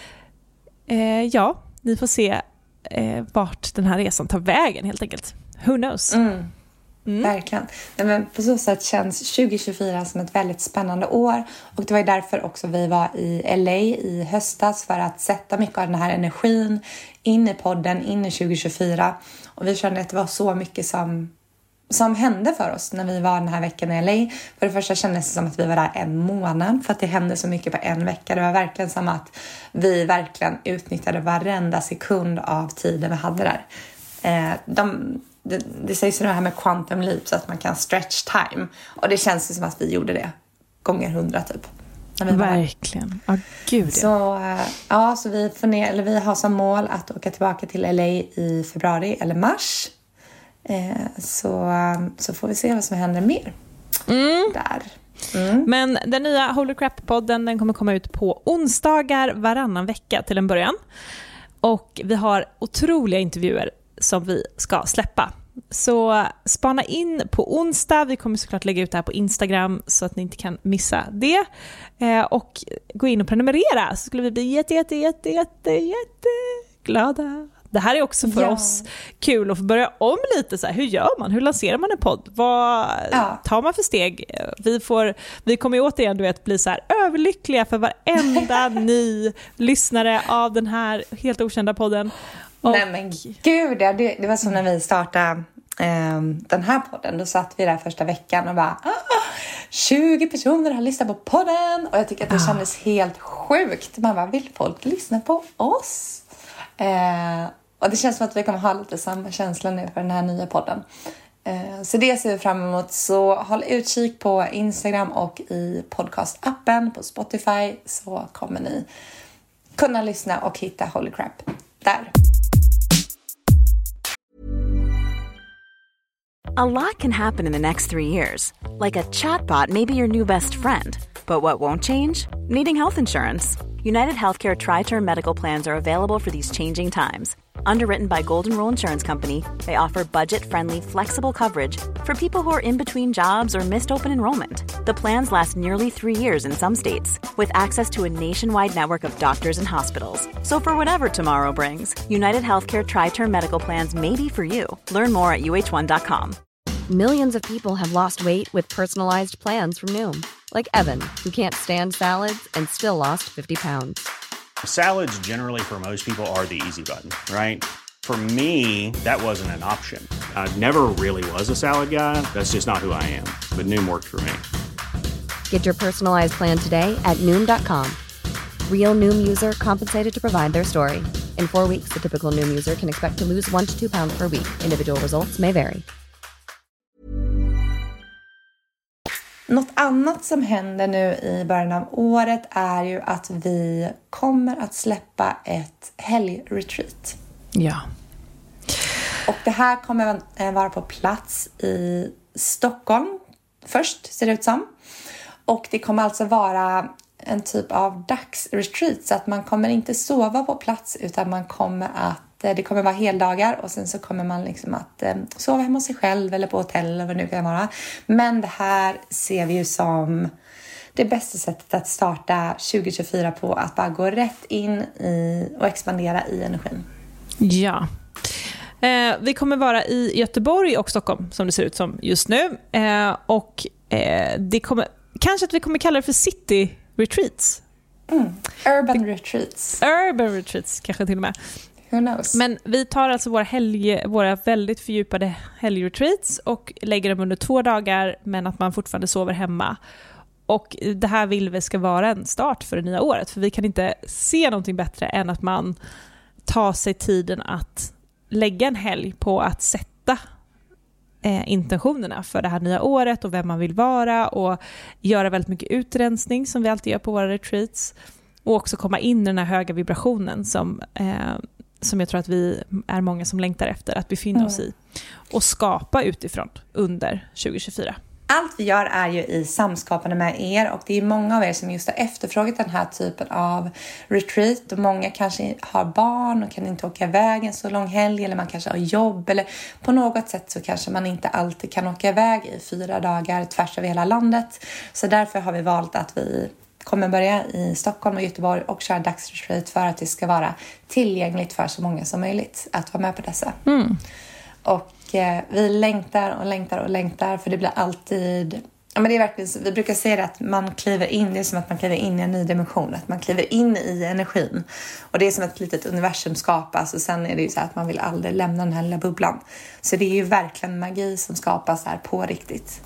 ni får se vart den här resan tar vägen helt enkelt. Who knows? Verkligen. Men på så sätt känns 2024 som ett väldigt spännande år, och det var ju därför också vi var i LA i höstas, för att sätta mycket av den här energin in i podden, in i 2024, och vi kände att det var så mycket som hände för oss när vi var den här veckan i LA. För det första kändes det som att vi var där en månad, för att det hände så mycket på en vecka. Det var verkligen som att vi verkligen utnyttjade varenda sekund av tiden vi hade där. Det sägs ju det här med quantum leaps, att man kan stretch time, och det känns som att vi gjorde det gånger 100 typ. Verkligen. Gud. Så vi har som mål att åka tillbaka till LA i februari eller mars. Så får vi se vad som händer mer där. Men den nya Holy Crap-podden, den kommer komma ut på onsdagar varannan vecka till en början. Och vi har otroliga intervjuer som vi ska släppa. Så spana in på onsdag. Vi kommer såklart lägga ut det här på Instagram så att ni inte kan missa det. Och gå in och prenumerera, så skulle vi bli jätteglada. Det här är också för oss kul att få börja om lite så här. Hur gör man? Hur lanserar man en podd? Vad tar man för steg? Vi kommer ju återigen bli så här överlyckliga för varenda ny lyssnare av den här helt okända podden. Nej men gud, det var som när vi startade den här podden, då satt vi där första veckan och bara 20 personer har lyssnat på podden, och jag tycker att det kändes helt sjukt. Man bara, vill folk lyssna på oss? Och det känns som att vi kommer ha lite samma känsla nu för den här nya podden. Så det ser vi fram emot. Så håll utkik på Instagram och i podcastappen på Spotify, så kommer ni kunna lyssna och hitta Holy Crap där. A lot can happen in the next 3 years. Like a chatbot may be your new best friend. But what won't change? Needing health insurance. United Healthcare Tri-Term Medical Plans are available for these changing times. Underwritten by Golden Rule Insurance Company, they offer budget-friendly, flexible coverage for people who are in between jobs or missed open enrollment. The plans last nearly 3 years in some states, with access to a nationwide network of doctors and hospitals. So for whatever tomorrow brings, United Healthcare Tri-Term Medical Plans may be for you. Learn more at uh1.com. Millions of people have lost weight with personalized plans from Noom. Like Evan, who can't stand salads and still lost 50 pounds. Salads generally for most people are the easy button, right? For me, that wasn't an option. I never really was a salad guy. That's just not who I am. But Noom worked for me. Get your personalized plan today at Noom.com. Real Noom user compensated to provide their story. In 4 weeks, the typical Noom user can expect to lose 1 to 2 pounds per week. Individual results may vary. Något annat som händer nu i början av året är ju att vi kommer att släppa ett helgretreat. Ja. Och det här kommer vara på plats i Stockholm först, ser det ut som. Och det kommer alltså vara en typ av dagsretreat, så att man kommer inte sova på plats, utan man kommer att det kommer vara heldagar, och sen så kommer man liksom att sova hemma hos sig själv eller på hotell eller vad det nu kan vara. Men det här ser vi ju som det bästa sättet att starta 2024 på, att bara gå rätt in i och expandera i energin. Ja. Vi kommer vara i Göteborg och Stockholm som det ser ut som just nu. Det kommer, kanske att vi kommer kalla det för City Retreats. Urban Retreats. Urban Retreats kanske till och med. Who knows? Men vi tar alltså våra väldigt fördjupade helgretreats och lägger dem under 2 dagar, men att man fortfarande sover hemma. Och det här vill vi ska vara en start för det nya året, för vi kan inte se någonting bättre än att man tar sig tiden att lägga en helg på att sätta intentionerna för det här nya året och vem man vill vara, och göra väldigt mycket utrensning som vi alltid gör på våra retreats, och också komma in i den här höga vibrationen som jag tror att vi är många som längtar efter att befinna oss i, och skapa utifrån under 2024. Allt vi gör är ju i samskapande med er, och det är många av er som just har efterfrågat den här typen av retreat, och många kanske har barn och kan inte åka iväg en så lång helg, eller man kanske har jobb, eller på något sätt så kanske man inte alltid kan åka iväg i 4 dagar tvärs över hela landet. Så därför har vi valt att vi kommer börja i Stockholm och Göteborg och köra dagsretreat, för att det ska vara tillgängligt för så många som möjligt att vara med på dessa. Och vi längtar, för det blir alltid, ja, men det är verkligen, vi brukar säga att man kliver in, det är som att man kliver in i en ny dimension, att man kliver in i energin, och det är som ett litet universum skapas, och sen är det ju så att man vill aldrig lämna den här lilla bubblan. Så det är ju verkligen magi som skapas här på riktigt.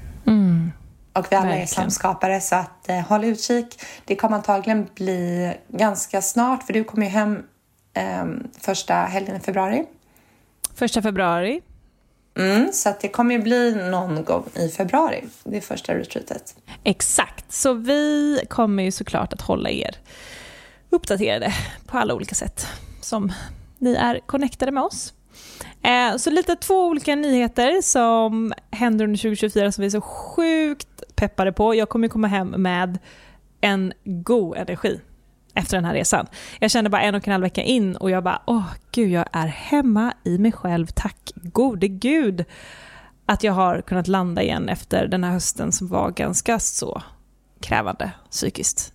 Och vi alla är samskapare, så att håll utkik. Det kommer antagligen bli ganska snart, för du kommer ju hem första helgen i februari. 1 februari. Så att det kommer ju bli någon gång i februari, det är första retreatet. Exakt, så vi kommer ju såklart att hålla er uppdaterade på alla olika sätt som ni är connectade med oss. Så lite 2 olika nyheter som händer under 2024 som vi är så sjukt peppade på. Jag kommer komma hem med en god energi efter den här resan. Jag kände bara 1,5 vecka in, och jag bara, gud, jag är hemma i mig själv. Tack gode gud att jag har kunnat landa igen efter den här hösten som var ganska så krävande psykiskt.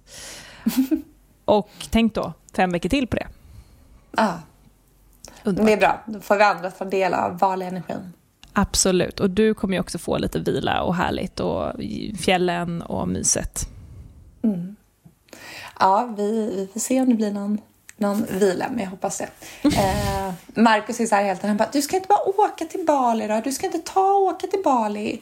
Och tänk då 5 veckor till på det. Det är bra, då får vi andra få del av vanlig energin. Absolut, och du kommer ju också få lite vila och härligt, och fjällen och myset. Ja, vi får se om det blir någon någon vila, men jag hoppas det. Marcus är så här helt, han bara, du ska inte bara åka till Bali då, du ska inte åka till Bali.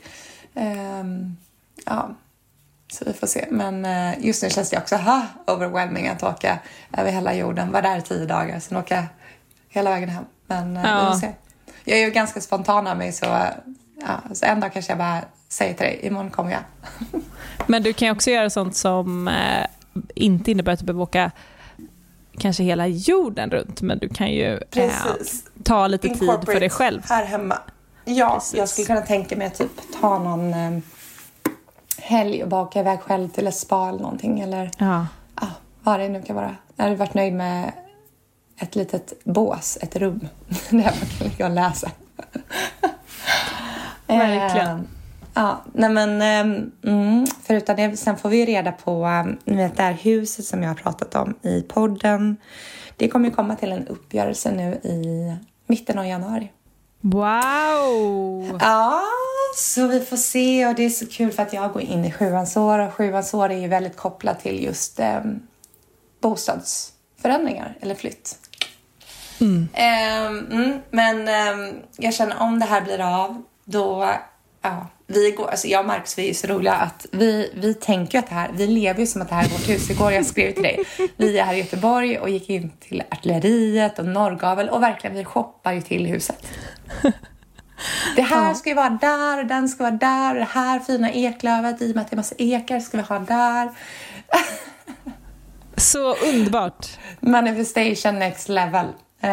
Ja, så vi får se. Men just nu känns det också overwhelming att åka över hela jorden, vara där i 10 dagar, sen åka hela vägen hem. Men vi får se. Jag är ju ganska spontan av mig, så en dag kanske jag bara säger till dig, imorgon kommer jag. Men du kan ju också göra sånt som inte innebär att du behöver åka kanske hela jorden runt, men du kan ju ta lite tid för dig själv. Här hemma. Ja, precis. Jag skulle kunna tänka mig att typ ta någon helg och bara åka iväg själv till ett spa eller någonting. Eller vad det nu kan vara. Jag hade varit nöjd med ett litet bås, ett rum där man kan ligga och läsa. Verkligen. Nej men förutom det, sen får vi reda på det här huset som jag har pratat om i podden. Det kommer ju komma till en uppgörelse nu i mitten av januari. Wow! Ja, så vi får se, och det är så kul för att jag går in i 7:ans år, och 7:ans år är ju väldigt kopplat till just bostadsförändringar eller flytt. Men jag känner om det här blir av, då vi går, alltså jag och Marcus, vi är så roliga att vi tänker att det här, vi lever ju som att det här är vårt hus. Igår jag skrev till dig, vi är här i Göteborg och gick in till Artilleriet och Norrgavel, och verkligen vi shoppar ju till huset. Det här ska ju vara där, och den ska vara där, och det här fina eklövet, i och med att det är massa ekar, ska vi ha där. Så underbart. Manifestation next level.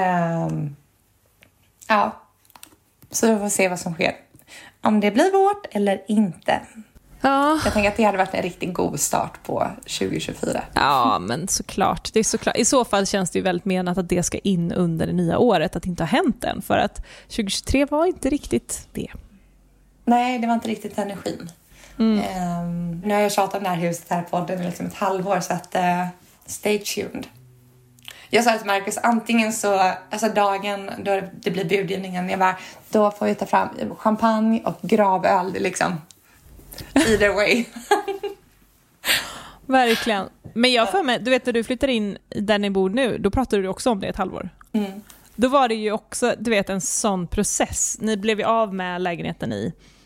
Så vi får se vad som sker. Om det blir vårt eller inte. Ja. Jag tänker att det hade varit en riktigt god start på 2024. Ja, men såklart. Det är såklart. I så fall känns det ju väldigt menat att det ska in under det nya året, att det inte har hänt än. För att 2023 var inte riktigt det. Nej, det var inte riktigt energin. Nu har jag tjatat om det här huset här på podden liksom ett halvår, så att stay tuned. Jag sa till Marcus, antingen så, alltså dagen då det blir budgivningen, jag bara, då får vi ta fram champagne och gravöl, liksom. Either way. Verkligen. Men jag för mig, du vet när du flyttar in där ni bor nu, då pratade du också om det ett halvår. Då var det ju också, du vet, en sån process. Ni blev ju av med lägenheten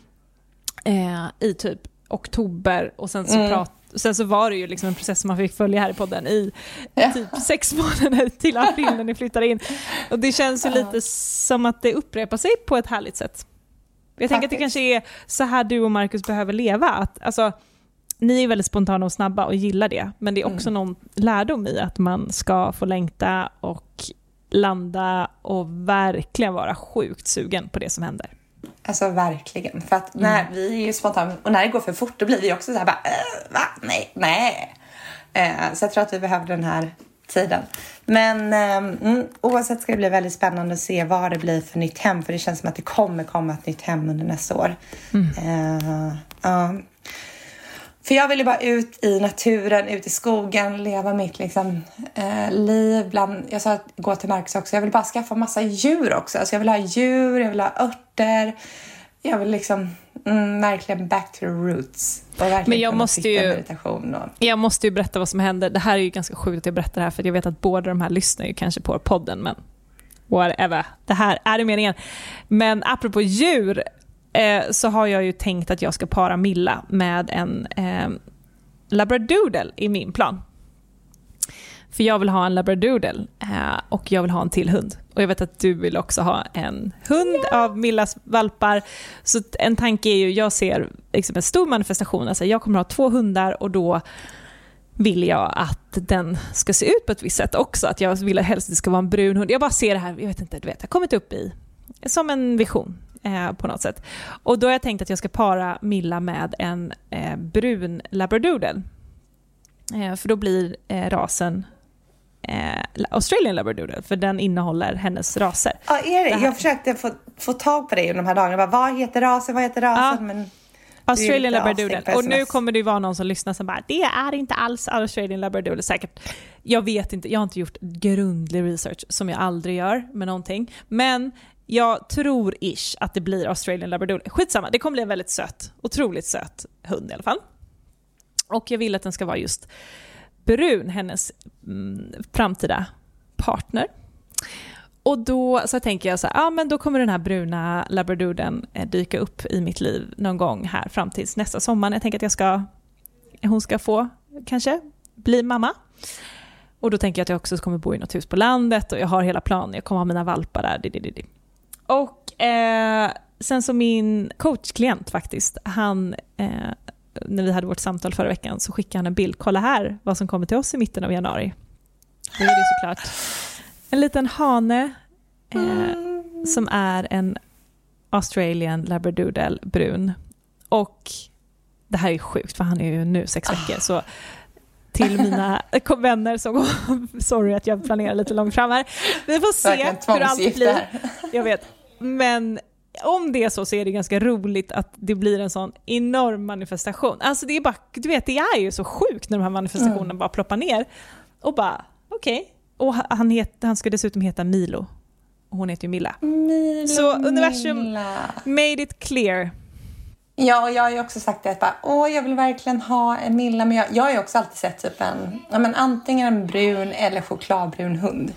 i typ oktober, och sen så sen så var det ju liksom en process som man fick följa här i podden i typ 6 månader till april när ni flyttar in. Och det känns ju lite som att det upprepar sig på ett härligt sätt. Jag tänker att det kanske är så här du och Marcus behöver leva. Att, alltså, ni är väldigt spontana och snabba och gillar det. Men det är också någon lärdom i att man ska få längta och landa och verkligen vara sjukt sugen på det som händer. Alltså verkligen. För att när vi är ju spontana, och när det går för fort, då blir vi också så här bara, va? Nej. Så jag tror att vi behöver den här tiden. Men oavsett ska det bli väldigt spännande att se vad det blir för nytt hem. För det känns som att det kommer komma ett nytt hem under nästa år. För jag vill ju bara ut i naturen, ut i skogen, leva mitt liksom, liv. Jag sa att gå till Marcus också. Jag vill bara skaffa massa djur också. Alltså jag vill ha djur, jag vill ha örter. Jag vill liksom verkligen back to the roots. Men jag måste ju berätta vad som händer. Det här är ju ganska sjukt att jag berättar det här, för jag vet att båda de här lyssnar ju kanske på podden, men whatever. Det här är det meningen. Men apropå djur, så har jag ju tänkt att jag ska para Milla med en labradoodle i min plan. För jag vill ha en labradoodle och jag vill ha en till hund. Och jag vet att du vill också ha en hund av Millas valpar. Så en tanke är ju, jag ser liksom en stor manifestation. Alltså jag kommer ha 2 hundar, och då vill jag att den ska se ut på ett visst sätt också. Att jag vill att helst det ska vara en brun hund. Jag bara ser det här, jag vet inte, du vet, jag har kommit upp i som en vision på något sätt. Och då har jag tänkt att jag ska para Milla med en brun labradoodle. För då blir rasen Australian labradoodle, för den innehåller hennes raser. Ja, är det? Jag försökte få tag på det under de här dagarna. Vad heter rasen? Ja. Men Australian labradoodle. Och nu kommer det ju vara någon som lyssnar som bara, det är inte alls Australian labradoodle säkert. Jag vet inte, jag har inte gjort grundlig research som jag aldrig gör med någonting. Men jag tror att det blir Australian labradoodle. Skitsamma, det kommer bli en väldigt söt, otroligt söt hund i alla fall. Och jag vill att den ska vara just brun, hennes framtida partner. Och då så tänker jag så här, men då kommer den här bruna labradoodlen dyka upp i mitt liv någon gång här fram tills nästa sommar. Jag tänker att hon ska få kanske bli mamma. Och då tänker jag att jag också kommer bo i något hus på landet och jag har hela planen. Jag kommer ha mina valpar där. Och sen så min coachklient faktiskt, han när vi hade vårt samtal förra veckan så skickade han en bild. Kolla här vad som kommer till oss i mitten av januari. Det är det såklart. En liten hane som är en Australian labradoodle brun. Och det här är sjukt för han är ju nu 6 veckor. Så till mina vänner så sorry att jag planerar lite långt fram här. Vi får se hur allt blir. Jag vet. Men om det är så är det ganska roligt att det blir en sån enorm manifestation. Alltså det är bara, du vet, det är ju så sjukt när de här manifestationerna bara ploppar ner. Och bara, okej. Och han ska dessutom heta Milo. Och hon heter ju Milla. Så universum made it clear. Ja, och jag har ju också sagt det att jag vill verkligen ha en Milla. Men jag har ju också alltid sett typ antingen en brun eller chokladbrun hund.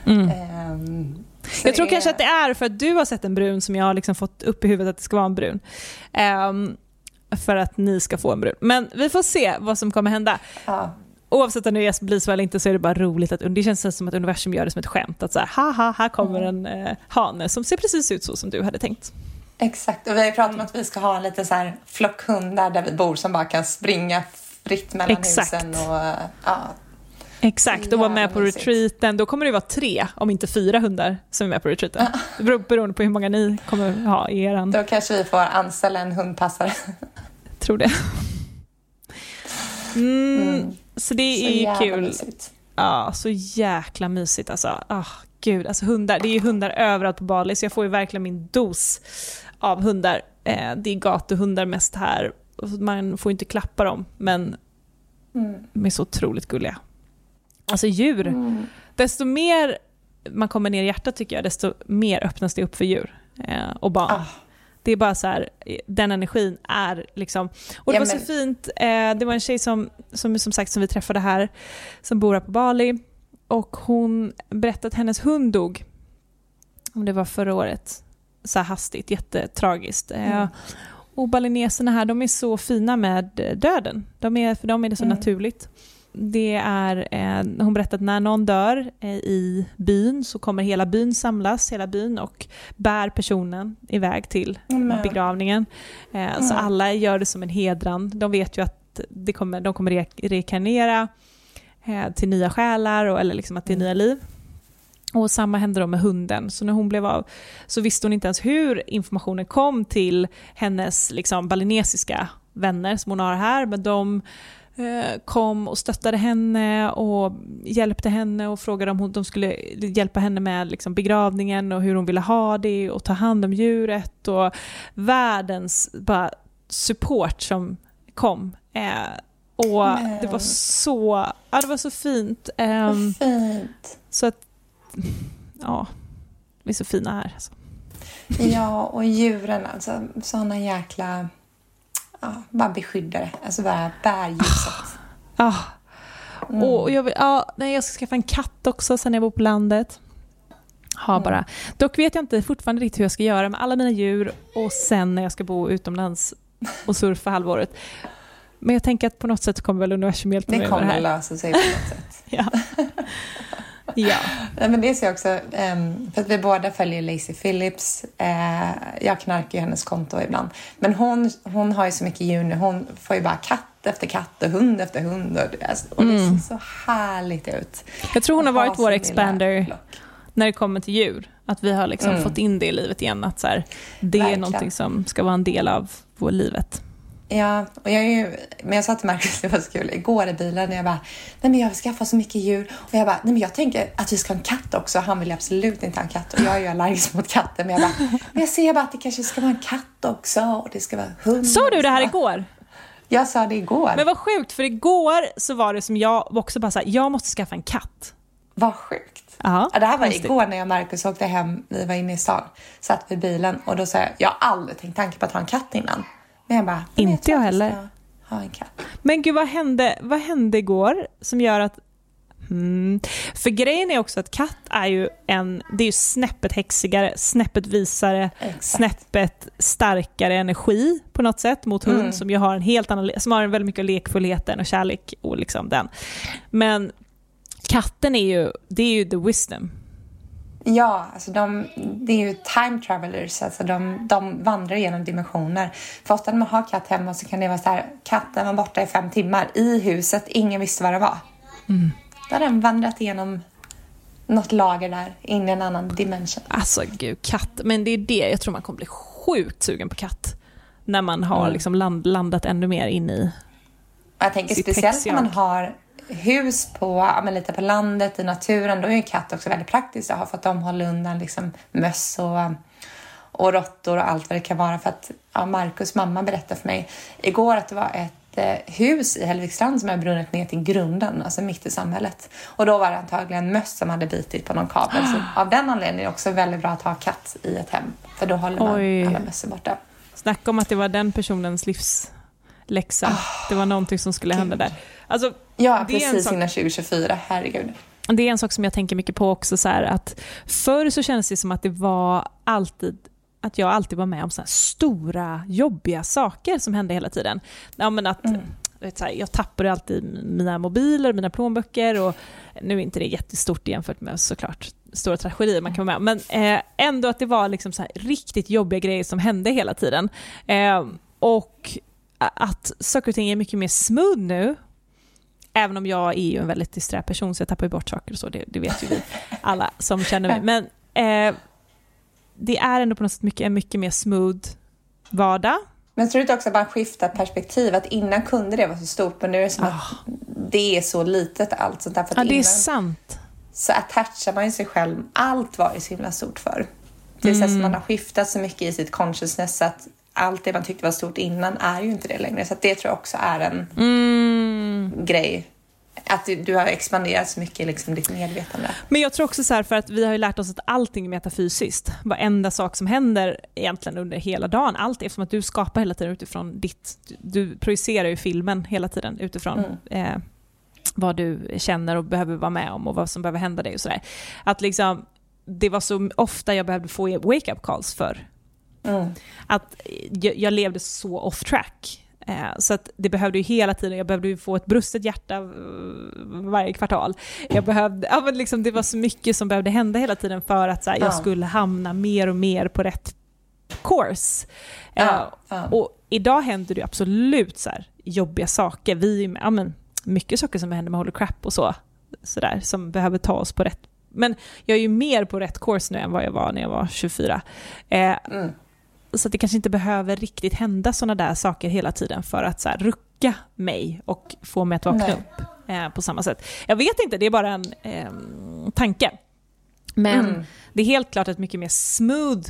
Jag tror kanske att det är för att du har sett en brun som jag har liksom fått upp i huvudet att det ska vara en brun. För att ni ska få en brun. Men vi får se vad som kommer hända. Ja. Oavsett om det blir så eller inte så är det bara roligt. Det känns som att universum gör det som ett skämt. Att så här kommer en hane som ser precis ut så som du hade tänkt. Exakt, och vi har ju pratat om att vi ska ha en liten så här flockhundar där vi bor som bara kan springa fritt mellan husen. Exakt, och vara med på retreaten. Då kommer det vara 3, om inte 4 hundar som är med på retreaten. Det beror beroende på hur många ni kommer ha i eran. Då kanske vi får anställa en hundpassare. Tror det. Så det är ju kul. Mysigt. Ja, så jäkla mysigt alltså. Gud, alltså hundar. Det är ju hundar överallt på Bali så jag får ju verkligen min dos av hundar. Det är gatuhundar mest här. Man får inte klappa dem, men de är så otroligt gulliga. Alltså djur. Desto mer man kommer ner i hjärtat tycker jag, desto mer öppnas det upp för djur och barn. Det är bara så här, den energin är liksom, och det var så fint, det var en tjej som sagt som vi träffade här, som bor här på Bali, och hon berättade att hennes hund dog, om det var förra året, så här hastigt, jättetragiskt. Och balineserna här, de är så fina med döden, för dem är det så naturligt. Det är, hon berättade att när någon dör i byn så kommer hela byn samlas, hela byn, och bär personen iväg till begravningen. Så alla gör det som en hedran. De vet ju att de kommer rekarnera till nya själar eller liksom att det är nya liv. Och samma hände då med hunden. Så när hon blev av så visste hon inte ens hur informationen kom till hennes liksom balinesiska vänner som hon har här, men de kom och stöttade henne och hjälpte henne och frågade om de skulle hjälpa henne med liksom begravningen och hur hon ville ha det och ta hand om djuret, och världens bara support som kom. Och det var så fint. Fint. Så att vi är så fina här alltså. Ja, och djuren alltså, såna jäkla bara beskyddare, alltså bara bärljuset. Och jag ska skaffa en katt också sen jag bor på landet. Bara. Dock vet jag inte fortfarande riktigt hur jag ska göra med alla mina djur och sen när jag ska bo utomlands och surfa halvåret. Men jag tänker att på något sätt kommer väl universum hjälpa mig med det här. Det kommer lösa sig på något sätt. Ja. Men det ser jag också, för att vi båda följer Lacey Phillips. Jag knarkar ju hennes konto ibland. Men hon har ju så mycket djur nu. Hon får ju bara katt efter katt och hund efter hund. Och det ser så härligt ut. Jag tror hon har varit vår expander när det kommer till djur. Att vi har liksom fått in det i livet igen. Att så här, det är någonting som ska vara en del av vår livet. Ja, och jag sa till Marcus, det var så kul, igår i bilen när jag bara, nej men jag vill skaffa så mycket djur, och jag bara, nej men jag tänker att vi ska ha en katt också, han vill absolut inte ha en katt, och jag är ju allergisk mot katter, men jag ser bara att det kanske ska vara en katt också, och det ska vara hund. Sa du det här igår? Jag sa det igår. Men vad sjukt, för igår så var det som jag också bara sa, jag måste skaffa en katt. Vad sjukt. Ja, det här var igår när jag och Marcus åkte hem, vi var inne i stan, satt vid bilen, och då sa jag har aldrig tänkt tanke på att ha en katt innan. Men jag bara, inte jag heller. Ha en katt. Men gud, vad hände igår som gör att För grejen är också att katt är ju det är ju snäppet häxigare, snäppet visare, snäppet starkare energi på något sätt mot hund som ju har en helt annan, som har väldigt mycket lekfullheten och kärlek och liksom den. Men katten det är ju the wisdom. Ja, alltså det är ju time travelers, alltså de vandrar genom dimensioner. För ofta när man har katt hemma så kan det vara så här, katten var borta i 5 timmar i huset, ingen visste vad det var. Då har den vandrat igenom något lager där, in i en annan dimension. Alltså gud, katt, men det är det, jag tror man kommer bli sjukt sugen på katt när man har liksom landat ännu mer in i. Jag tänker speciellt när man har hus lite på landet i naturen, då är ju katt också väldigt praktiskt att ha, för att de håller undan liksom möss och råttor och allt vad det kan vara. För att Marcus mamma berättade för mig igår att det var ett hus i Hällevikstrand som hade brunnit ner till grunden, alltså mitt i samhället. Och då var det antagligen möss som hade bitit på någon kabel. Så av den anledningen är det också väldigt bra att ha katt i ett hem, för då håller man alla mössor borta. Snacka om att det var den personens livsläxa. Det var någonting som skulle hända där. Alltså, ja, precis innan 2024, herregud. Det är en sak som jag tänker mycket på också, så här, att förr så kändes det som att det var att jag alltid var med om så här stora, jobbiga saker som hände hela tiden. Ja, men att jag tappade alltid mina mobiler, mina plånböcker, och nu är inte det jättestort jämfört med såklart stora tragedier man kan vara med. Men ändå att det var liksom så här riktigt jobbiga grejer som hände hela tiden. Och att saker och ting är mycket mer smooth nu. Även om jag är ju en väldigt disträ person, så jag tappar ju bort saker och så. Det vet ju vi alla som känner mig. Men det är ändå på något sätt mycket mer smooth vardag. Men jag tror inte också att man skiftar perspektiv. Att innan kunde det vara så stort, men nu är det som att det är så litet allt sånt där. För att det är sant. Så attachar man ju sig själv. Allt var ju så himla stort för. Det är så att man har skiftat så mycket i sitt consciousness, så att allt det man tyckte var stort innan är ju inte det längre. Så att det tror jag också är en grej. Att du har expanderat så mycket liksom ditt medvetande. Men jag tror också så här, för att vi har ju lärt oss att allting är metafysiskt. Varenda sak som händer egentligen under hela dagen. Allt, eftersom att du skapar hela tiden utifrån du projicerar ju filmen hela tiden utifrån vad du känner och behöver vara med om och vad som behöver hända dig och sådär. Att liksom, det var så ofta jag behövde få wake-up calls för. Att jag levde så off track. Så att det behövde ju hela tiden, jag behövde ju få ett brustet hjärta varje kvartal. Jag behövde, men liksom, det var så mycket som behövde hända hela tiden för att så här, jag skulle hamna mer och mer på rätt course. Och idag händer det absolut så här jobbiga saker. Mycket saker som händer med Holy Crap och så där, som behöver ta oss på rätt. Men jag är ju mer på rätt course nu än vad jag var när jag var 24. Så att det kanske inte behöver riktigt hända såna där saker hela tiden för att så här rucka mig och få mig att vakna upp på samma sätt. Jag vet inte, det är bara en tanke. Men det är helt klart ett mycket mer smooth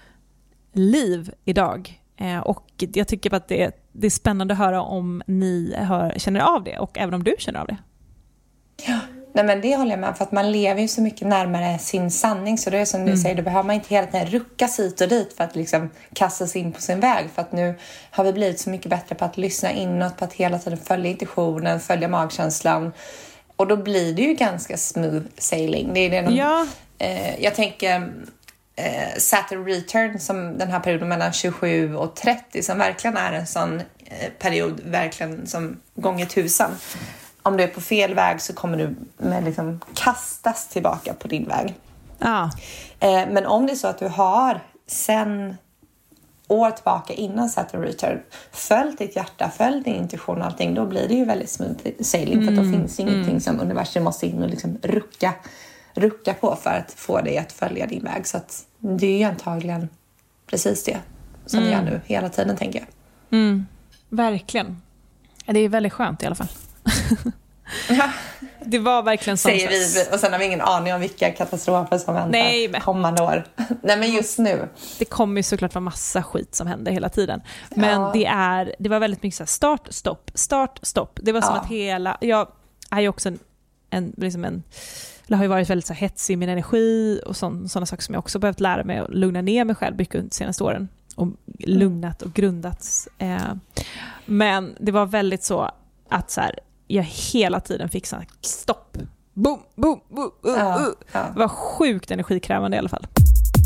liv idag. Och jag tycker att det är spännande att höra om ni känner av det, och även om du känner av det. Ja. Nej, men det håller jag med, för att man lever ju så mycket närmare sin sanning, så det är som du säger, då behöver man inte hela tiden ruckas hit och dit för att liksom kasta sig in på sin väg, för att nu har vi blivit så mycket bättre på att lyssna inåt, på att hela tiden följa intuitionen, följa magkänslan, och då blir det ju ganska smooth sailing. Det är det jag tänker Saturn return, som den här perioden mellan 27 och 30, som verkligen är en sån period, verkligen som gånger 1000. Om du är på fel väg så kommer du liksom kastas tillbaka på din väg. Men om det är så att du har sen år tillbaka innan Saturn return följt ditt hjärta, följt din intuition och allting, då blir det ju väldigt smooth sailing, för att då finns ingenting som universum måste in och liksom rucka på för att få dig att följa din väg. Så att det är ju antagligen precis det som vi gör nu hela tiden, tänker jag. Verkligen. Det är väldigt skönt i alla fall. Det var verkligen så, säger vi, och sen har vi ingen aning om vilka katastrofer som väntar kommande år. Nej, men just nu. Det kommer ju såklart vara massa skit som händer hela tiden. Men det var väldigt mycket så här, start, stopp. Det var som att jag är ju också jag har ju varit väldigt så här hetsig i min energi och sådana saker som jag också behövt lära mig att lugna ner mig själv mycket de senaste åren. Och lugnat och grundats. Men det var väldigt så att så här, jag hela tiden fick så här, stopp. boom, boom, boom, Ja. Det var sjukt energikrävande i alla fall.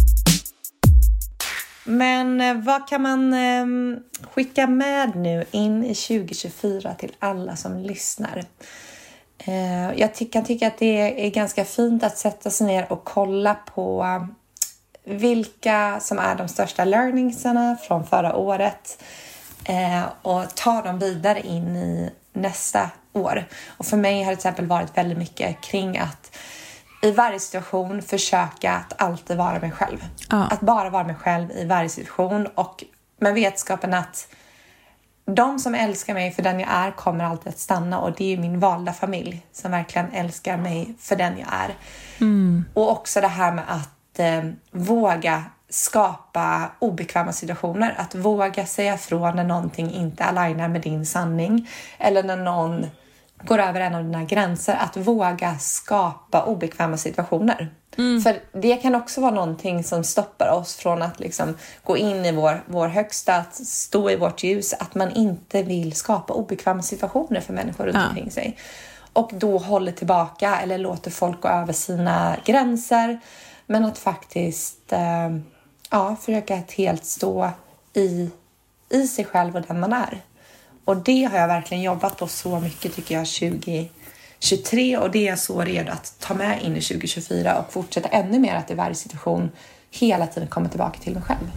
Men vad kan man skicka med nu in i 2024 till alla som lyssnar? Jag kan tycka att det är ganska fint att sätta sig ner och kolla på vilka som är de största learningsarna från förra året och ta dem vidare in i nästa år. Och för mig har det till exempel varit väldigt mycket kring att i varje situation försöka att alltid vara mig själv. Att bara vara mig själv i varje situation, och med vetskapen att de som älskar mig för den jag är kommer alltid att stanna, och det är min valda familj som verkligen älskar mig för den jag är. Och också det här med att våga skapa obekväma situationer, att våga säga ifrån när någonting inte alignar med din sanning eller när någon går över en av dina gränser, att våga skapa obekväma situationer. För det kan också vara någonting som stoppar oss från att liksom gå in i vår högsta, att stå i vårt ljus, att man inte vill skapa obekväma situationer för människor runt omkring sig. Och då håller tillbaka eller låter folk gå över sina gränser, men att faktiskt försöka att helt stå i sig själv och den man är. Och det har jag verkligen jobbat på så mycket, tycker jag, 2023. Och det är jag så redo att ta med in i 2024 och fortsätta ännu mer att i varje situation hela tiden komma tillbaka till mig själv.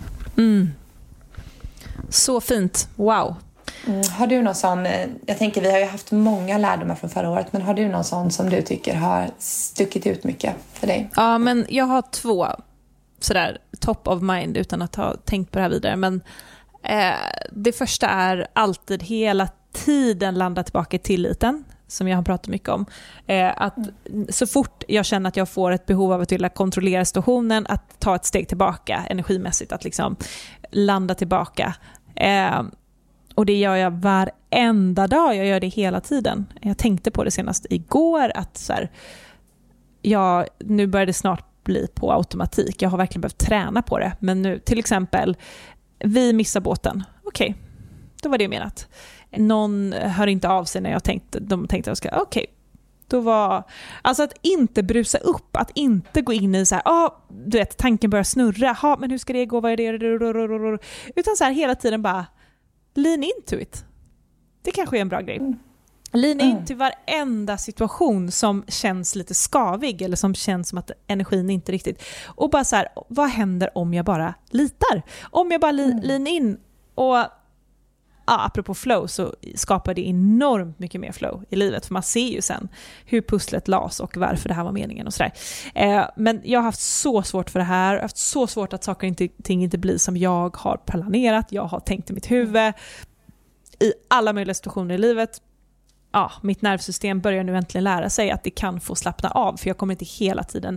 Så fint. Wow. Har du någon sån, jag tänker vi har ju haft många lärdomar från förra året, men har du någon sån som du tycker har stuckit ut mycket för dig? Ja, men jag har 2 sådär top of mind utan att ha tänkt på det här vidare. Men det första är alltid hela tiden landa tillbaka i tilliten, som jag har pratat mycket om. Att så fort jag känner att jag får ett behov av att vilja kontrollera situationen, att ta ett steg tillbaka energimässigt, att liksom landa tillbaka. Och det gör jag varenda dag, jag gör det hela tiden. Jag tänkte på det senast igår, att så här, nu börjar det snart bli på automatik. Jag har verkligen behövt träna på det. Men nu, till exempel, vi missar båten. Okej, då var det menat. Någon hör inte av sig när de tänkte att jag ska, då var, alltså att inte brusa upp, att inte gå in i så här, du vet, tanken börjar snurra, men hur ska det gå, vad är det, utan så här hela tiden bara lean into it. Det kanske är en bra grej. Lean in till varenda situation som känns lite skavig eller som känns som att energin inte riktigt, och bara så här, vad händer om jag bara litar? Om jag bara lean in, och apropå flow, så skapar det enormt mycket mer flow i livet, för man ser ju sen hur pusslet las och varför det här var meningen och sådär. Men jag har haft så svårt för det här, jag har haft så svårt att saker och ting inte blir som jag har planerat, jag har tänkt i mitt huvud i alla möjliga situationer i livet. Mitt nervsystem börjar nu äntligen lära sig att det kan få slappna av, för jag kommer inte hela tiden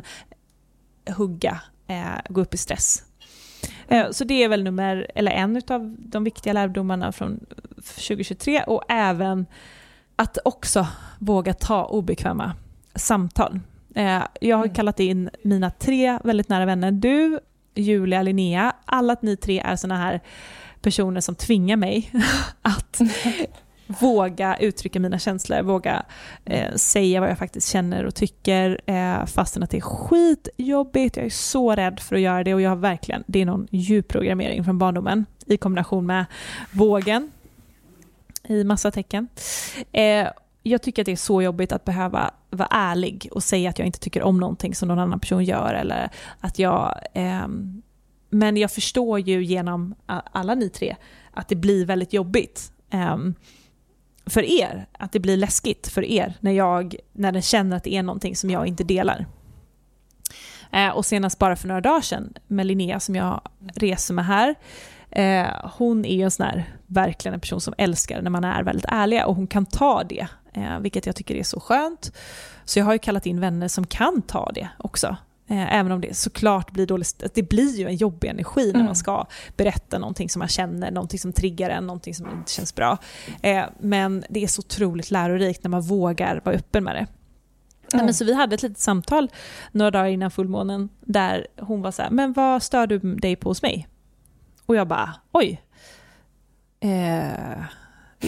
gå upp i stress. Så det är väl en av de viktiga lärdomarna från 2023, och även att också våga ta obekväma samtal. Jag har kallat in mina 3 väldigt nära vänner, du, Julia, Linnea. Alla ni 3 är såna här personer som tvingar mig att våga uttrycka mina känslor, våga säga vad jag faktiskt känner och tycker, fastän att det är skitjobbigt. Jag är så rädd för att göra det, och jag har verkligen, det är någon djup programmering från barndomen i kombination med vågen i massa tecken. Jag tycker att det är så jobbigt att behöva vara ärlig och säga att jag inte tycker om någonting som någon annan person gör, eller att jag men jag förstår ju genom alla ni 3 att det blir väldigt jobbigt för er, att det blir läskigt för er när den känner att det är någonting som jag inte delar. Och senast bara för några dagar sedan med Linnea, som jag reser med här, hon är ju en sån här, verkligen en person som älskar när man är väldigt ärliga, och hon kan ta det, vilket jag tycker är så skönt. Så jag har ju kallat in vänner som kan ta det också. Även om det såklart blir dåligt, det blir ju en jobbig energi när man ska berätta någonting som man känner, någonting som triggar en, någonting som inte känns bra. Men det är så otroligt lärorikt när man vågar vara öppen med det. Men så vi hade ett litet samtal några dagar innan fullmånen, där hon var så här, men vad stör du dig på hos mig? Och jag bara, vet inte.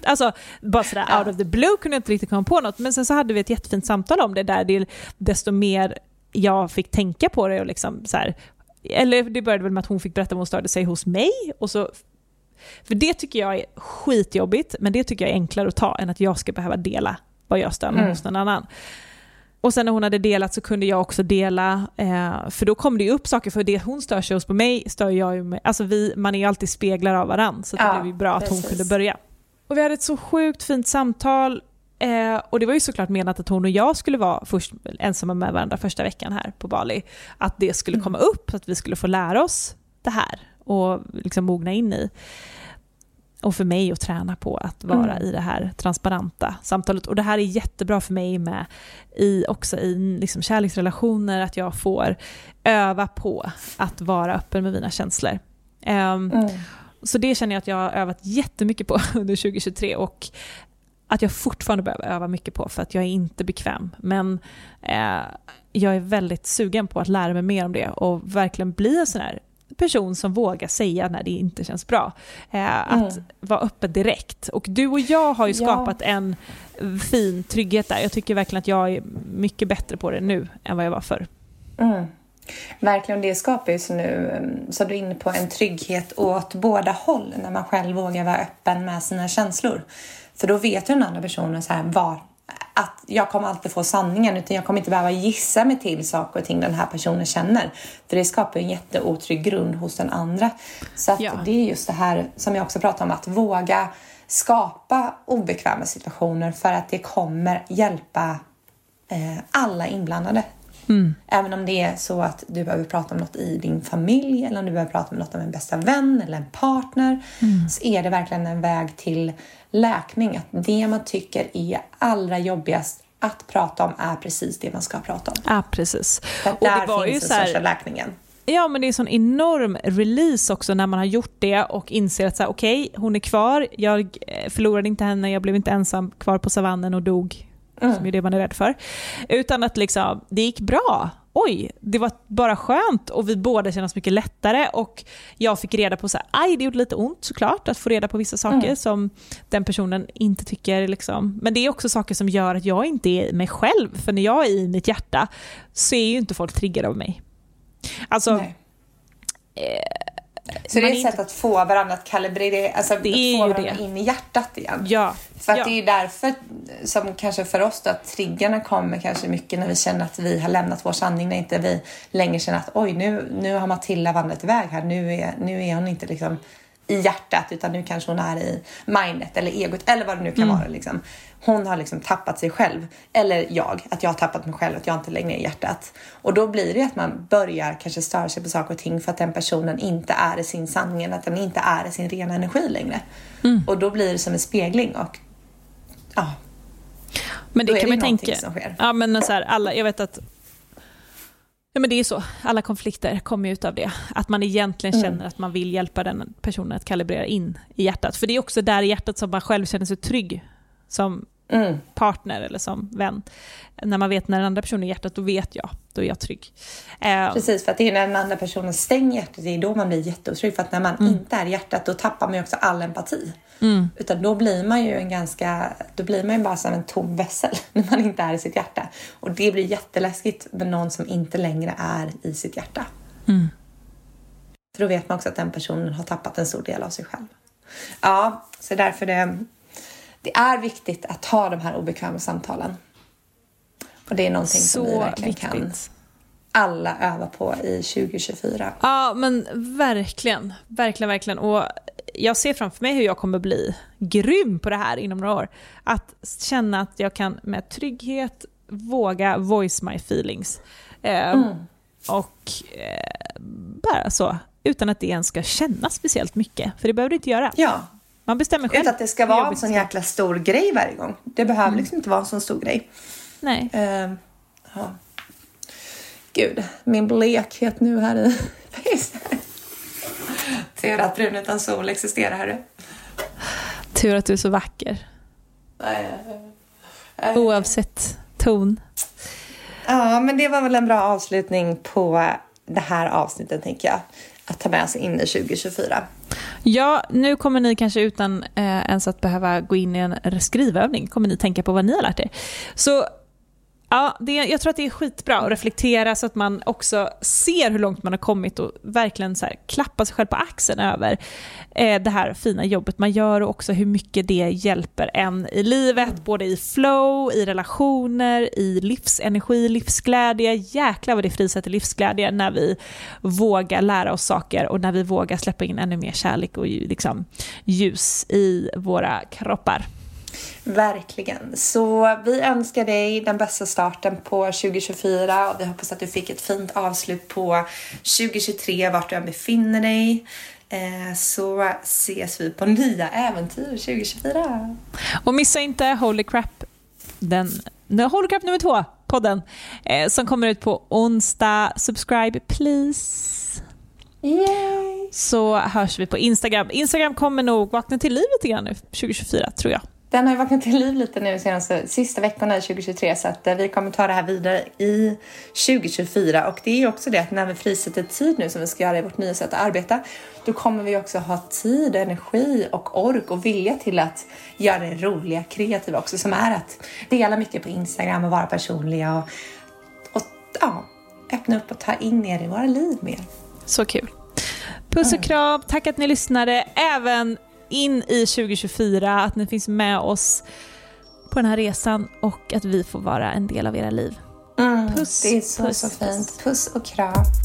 Alltså bara sådär out of the blue kunde jag inte riktigt komma på något. Men sen så hade vi ett jättefint samtal om det där desto mer jag fick tänka på det och liksom så här, eller det började väl med att hon fick berätta om hon störde sig hos mig och så, för det tycker jag är skitjobbigt, men det tycker jag är enklare att ta än att jag ska behöva dela vad jag stör mig hos någon annan. Och sen när hon hade delat så kunde jag också dela, för då kom det ju upp saker, för det hon stör sig hos på mig stör jag ju med, alltså man är ju alltid speglar av varann, så det blev ju bra att hon kunde börja. Och vi hade ett så sjukt fint samtal. Och det var ju såklart menat att hon och jag skulle vara först ensamma med varandra första veckan här på Bali. Att det skulle komma upp, så att vi skulle få lära oss det här och liksom mogna in i. Och för mig att träna på att vara i det här transparenta samtalet. Och det här är jättebra för mig med också i liksom kärleksrelationer, att jag får öva på att vara öppen med mina känslor. Så det känner jag att jag har övat jättemycket på under 2023 och att jag fortfarande behöver öva mycket på, för att jag är inte bekväm. Men jag är väldigt sugen på att lära mig mer om det och verkligen bli en sån här person som vågar säga när det inte känns bra. Att vara öppen direkt. Och du och jag har ju skapat en fin trygghet där. Jag tycker verkligen att jag är mycket bättre på det nu än vad jag var förr. Verkligen, det skapar ju så nu, så du är inne på en trygghet åt båda håll när man själv vågar vara öppen med sina känslor. För då vet ju den andra personen så här att jag kommer alltid få sanningen, utan jag kommer inte behöva gissa mig till saker och ting den här personen känner. För det skapar en jätteotrygg grund hos den andra. Så att det är just det här som jag också pratar om, att våga skapa obekväma situationer, för att det kommer hjälpa alla inblandade. Även om det är så att du behöver prata om något i din familj, eller om du behöver prata om något om en bästa vän eller en partner, så är det verkligen en väg till läkning. Att det man tycker är allra jobbigast att prata om är precis det man ska prata om. Ja, precis. Och där det var finns ju den största läkningen. Ja, men det är en sån enorm release också när man har gjort det och inser att okej, hon är kvar, jag förlorade inte henne, jag blev inte ensam kvar på savannen och dog. Som är det man är rädd för. Utan att liksom, det gick bra. Oj, det var bara skönt. Och vi båda kände oss mycket lättare. Och jag fick reda på det gjorde lite ont såklart att få reda på vissa saker som den personen inte tycker liksom. Men det är också saker som gör att jag inte är mig själv. För när jag är i mitt hjärta så är ju inte folk triggade av mig. Alltså... Så det är ett sätt att få varandra att kalibrera, alltså det är få varandra in i hjärtat igen. Ja. För att det är därför som kanske för oss då, att triggarna kommer kanske mycket när vi känner att vi har lämnat vår sanning, när inte vi längre känner att oj, nu har Matilda vandrat iväg här, nu är hon inte liksom i hjärtat, utan nu kanske hon är i mindet eller egot eller vad det nu kan vara liksom. Hon har liksom tappat sig själv, eller att jag har tappat mig själv, att jag inte längre är i hjärtat. Och då blir det att man börjar kanske störa sig på saker och ting för att den personen inte är i sin sanning, att den inte är i sin rena energi längre. Och då blir det som en spegling och men det kan man tänka. Ja, men så här, jag vet att men det är så, alla konflikter kommer ut av det. Att man egentligen känner att man vill hjälpa den personen att kalibrera in i hjärtat. För det är också där i hjärtat som man själv känner sig trygg som partner eller som vän. När man vet när den andra personen är i hjärtat, då vet jag, då är jag trygg. Precis, för att det är när den andra personen stänger hjärtat, det är då man blir jätteotrygg. För att när man inte är i hjärtat, då tappar man ju också all empati. Utan då blir man ju då blir man ju bara som en tom vässel när man inte är i sitt hjärta. Och det blir jätteläskigt med någon som inte längre är i sitt hjärta. För då vet man också att den personen har tappat en stor del av sig själv. Ja, så därför det är viktigt att ha de här obekväma samtalen. Och det är någonting som vi verkligen kan alla öva på i 2024. Ja, men verkligen. Verkligen, verkligen. Och jag ser framför mig hur jag kommer bli grym på det här inom några år. Att känna att jag kan med trygghet våga voice my feelings. Och bara så. Utan att det ens ska kännas speciellt mycket. För det behöver det inte göra. Ja. Man bestämmer själv. Utan att det ska vara en sån jäkla stor grej varje gång. Det behöver liksom inte vara en sån stor grej. Nej. Gud, min blekhet nu här i ser att brun utan sol existerar här. Tur att du är så vacker. Oavsett ton. Ja, men det var väl en bra avslutning på det här avsnittet, tänker jag. Att ta med sig in i 2024. Ja, nu kommer ni kanske utan ens att behöva gå in i en skrivövning, kommer ni tänka på vad ni har lärt er. Så ja, jag tror att det är skitbra att reflektera så att man också ser hur långt man har kommit och verkligen så här klappa sig själv på axeln över det här fina jobbet man gör och också hur mycket det hjälper en i livet, både i flow, i relationer, i livsenergi, livsglädje. Jäklar vad det frisätter livsglädje när vi vågar lära oss saker och när vi vågar släppa in ännu mer kärlek och liksom ljus i våra kroppar. Verkligen. Så vi önskar dig den bästa starten på 2024 och vi hoppas att du fick ett fint avslut på 2023 vart du än befinner dig. Så ses vi på nya äventyr 2024. Och missa inte Holy Crap nummer 2 podden som kommer ut på onsdag. Subscribe please. Yay. Så hörs vi på Instagram. Instagram kommer nog vakna till liv lite grann nu 2024 tror jag. Den har ju vaknat till liv lite nu sista veckorna i 2023 så att vi kommer ta det här vidare i 2024 och det är ju också det att när vi frisätter tid nu som vi ska göra i vårt nya sätt att arbeta då kommer vi också ha tid, energi och ork och vilja till att göra det roliga, kreativa också som är att dela mycket på Instagram och vara personliga och öppna upp och ta in er i våra liv mer. Så kul. Puss och kram, tack att ni lyssnade även in i 2024, att ni finns med oss på den här resan och att vi får vara en del av era liv. Puss, det är så fint. Puss och kram.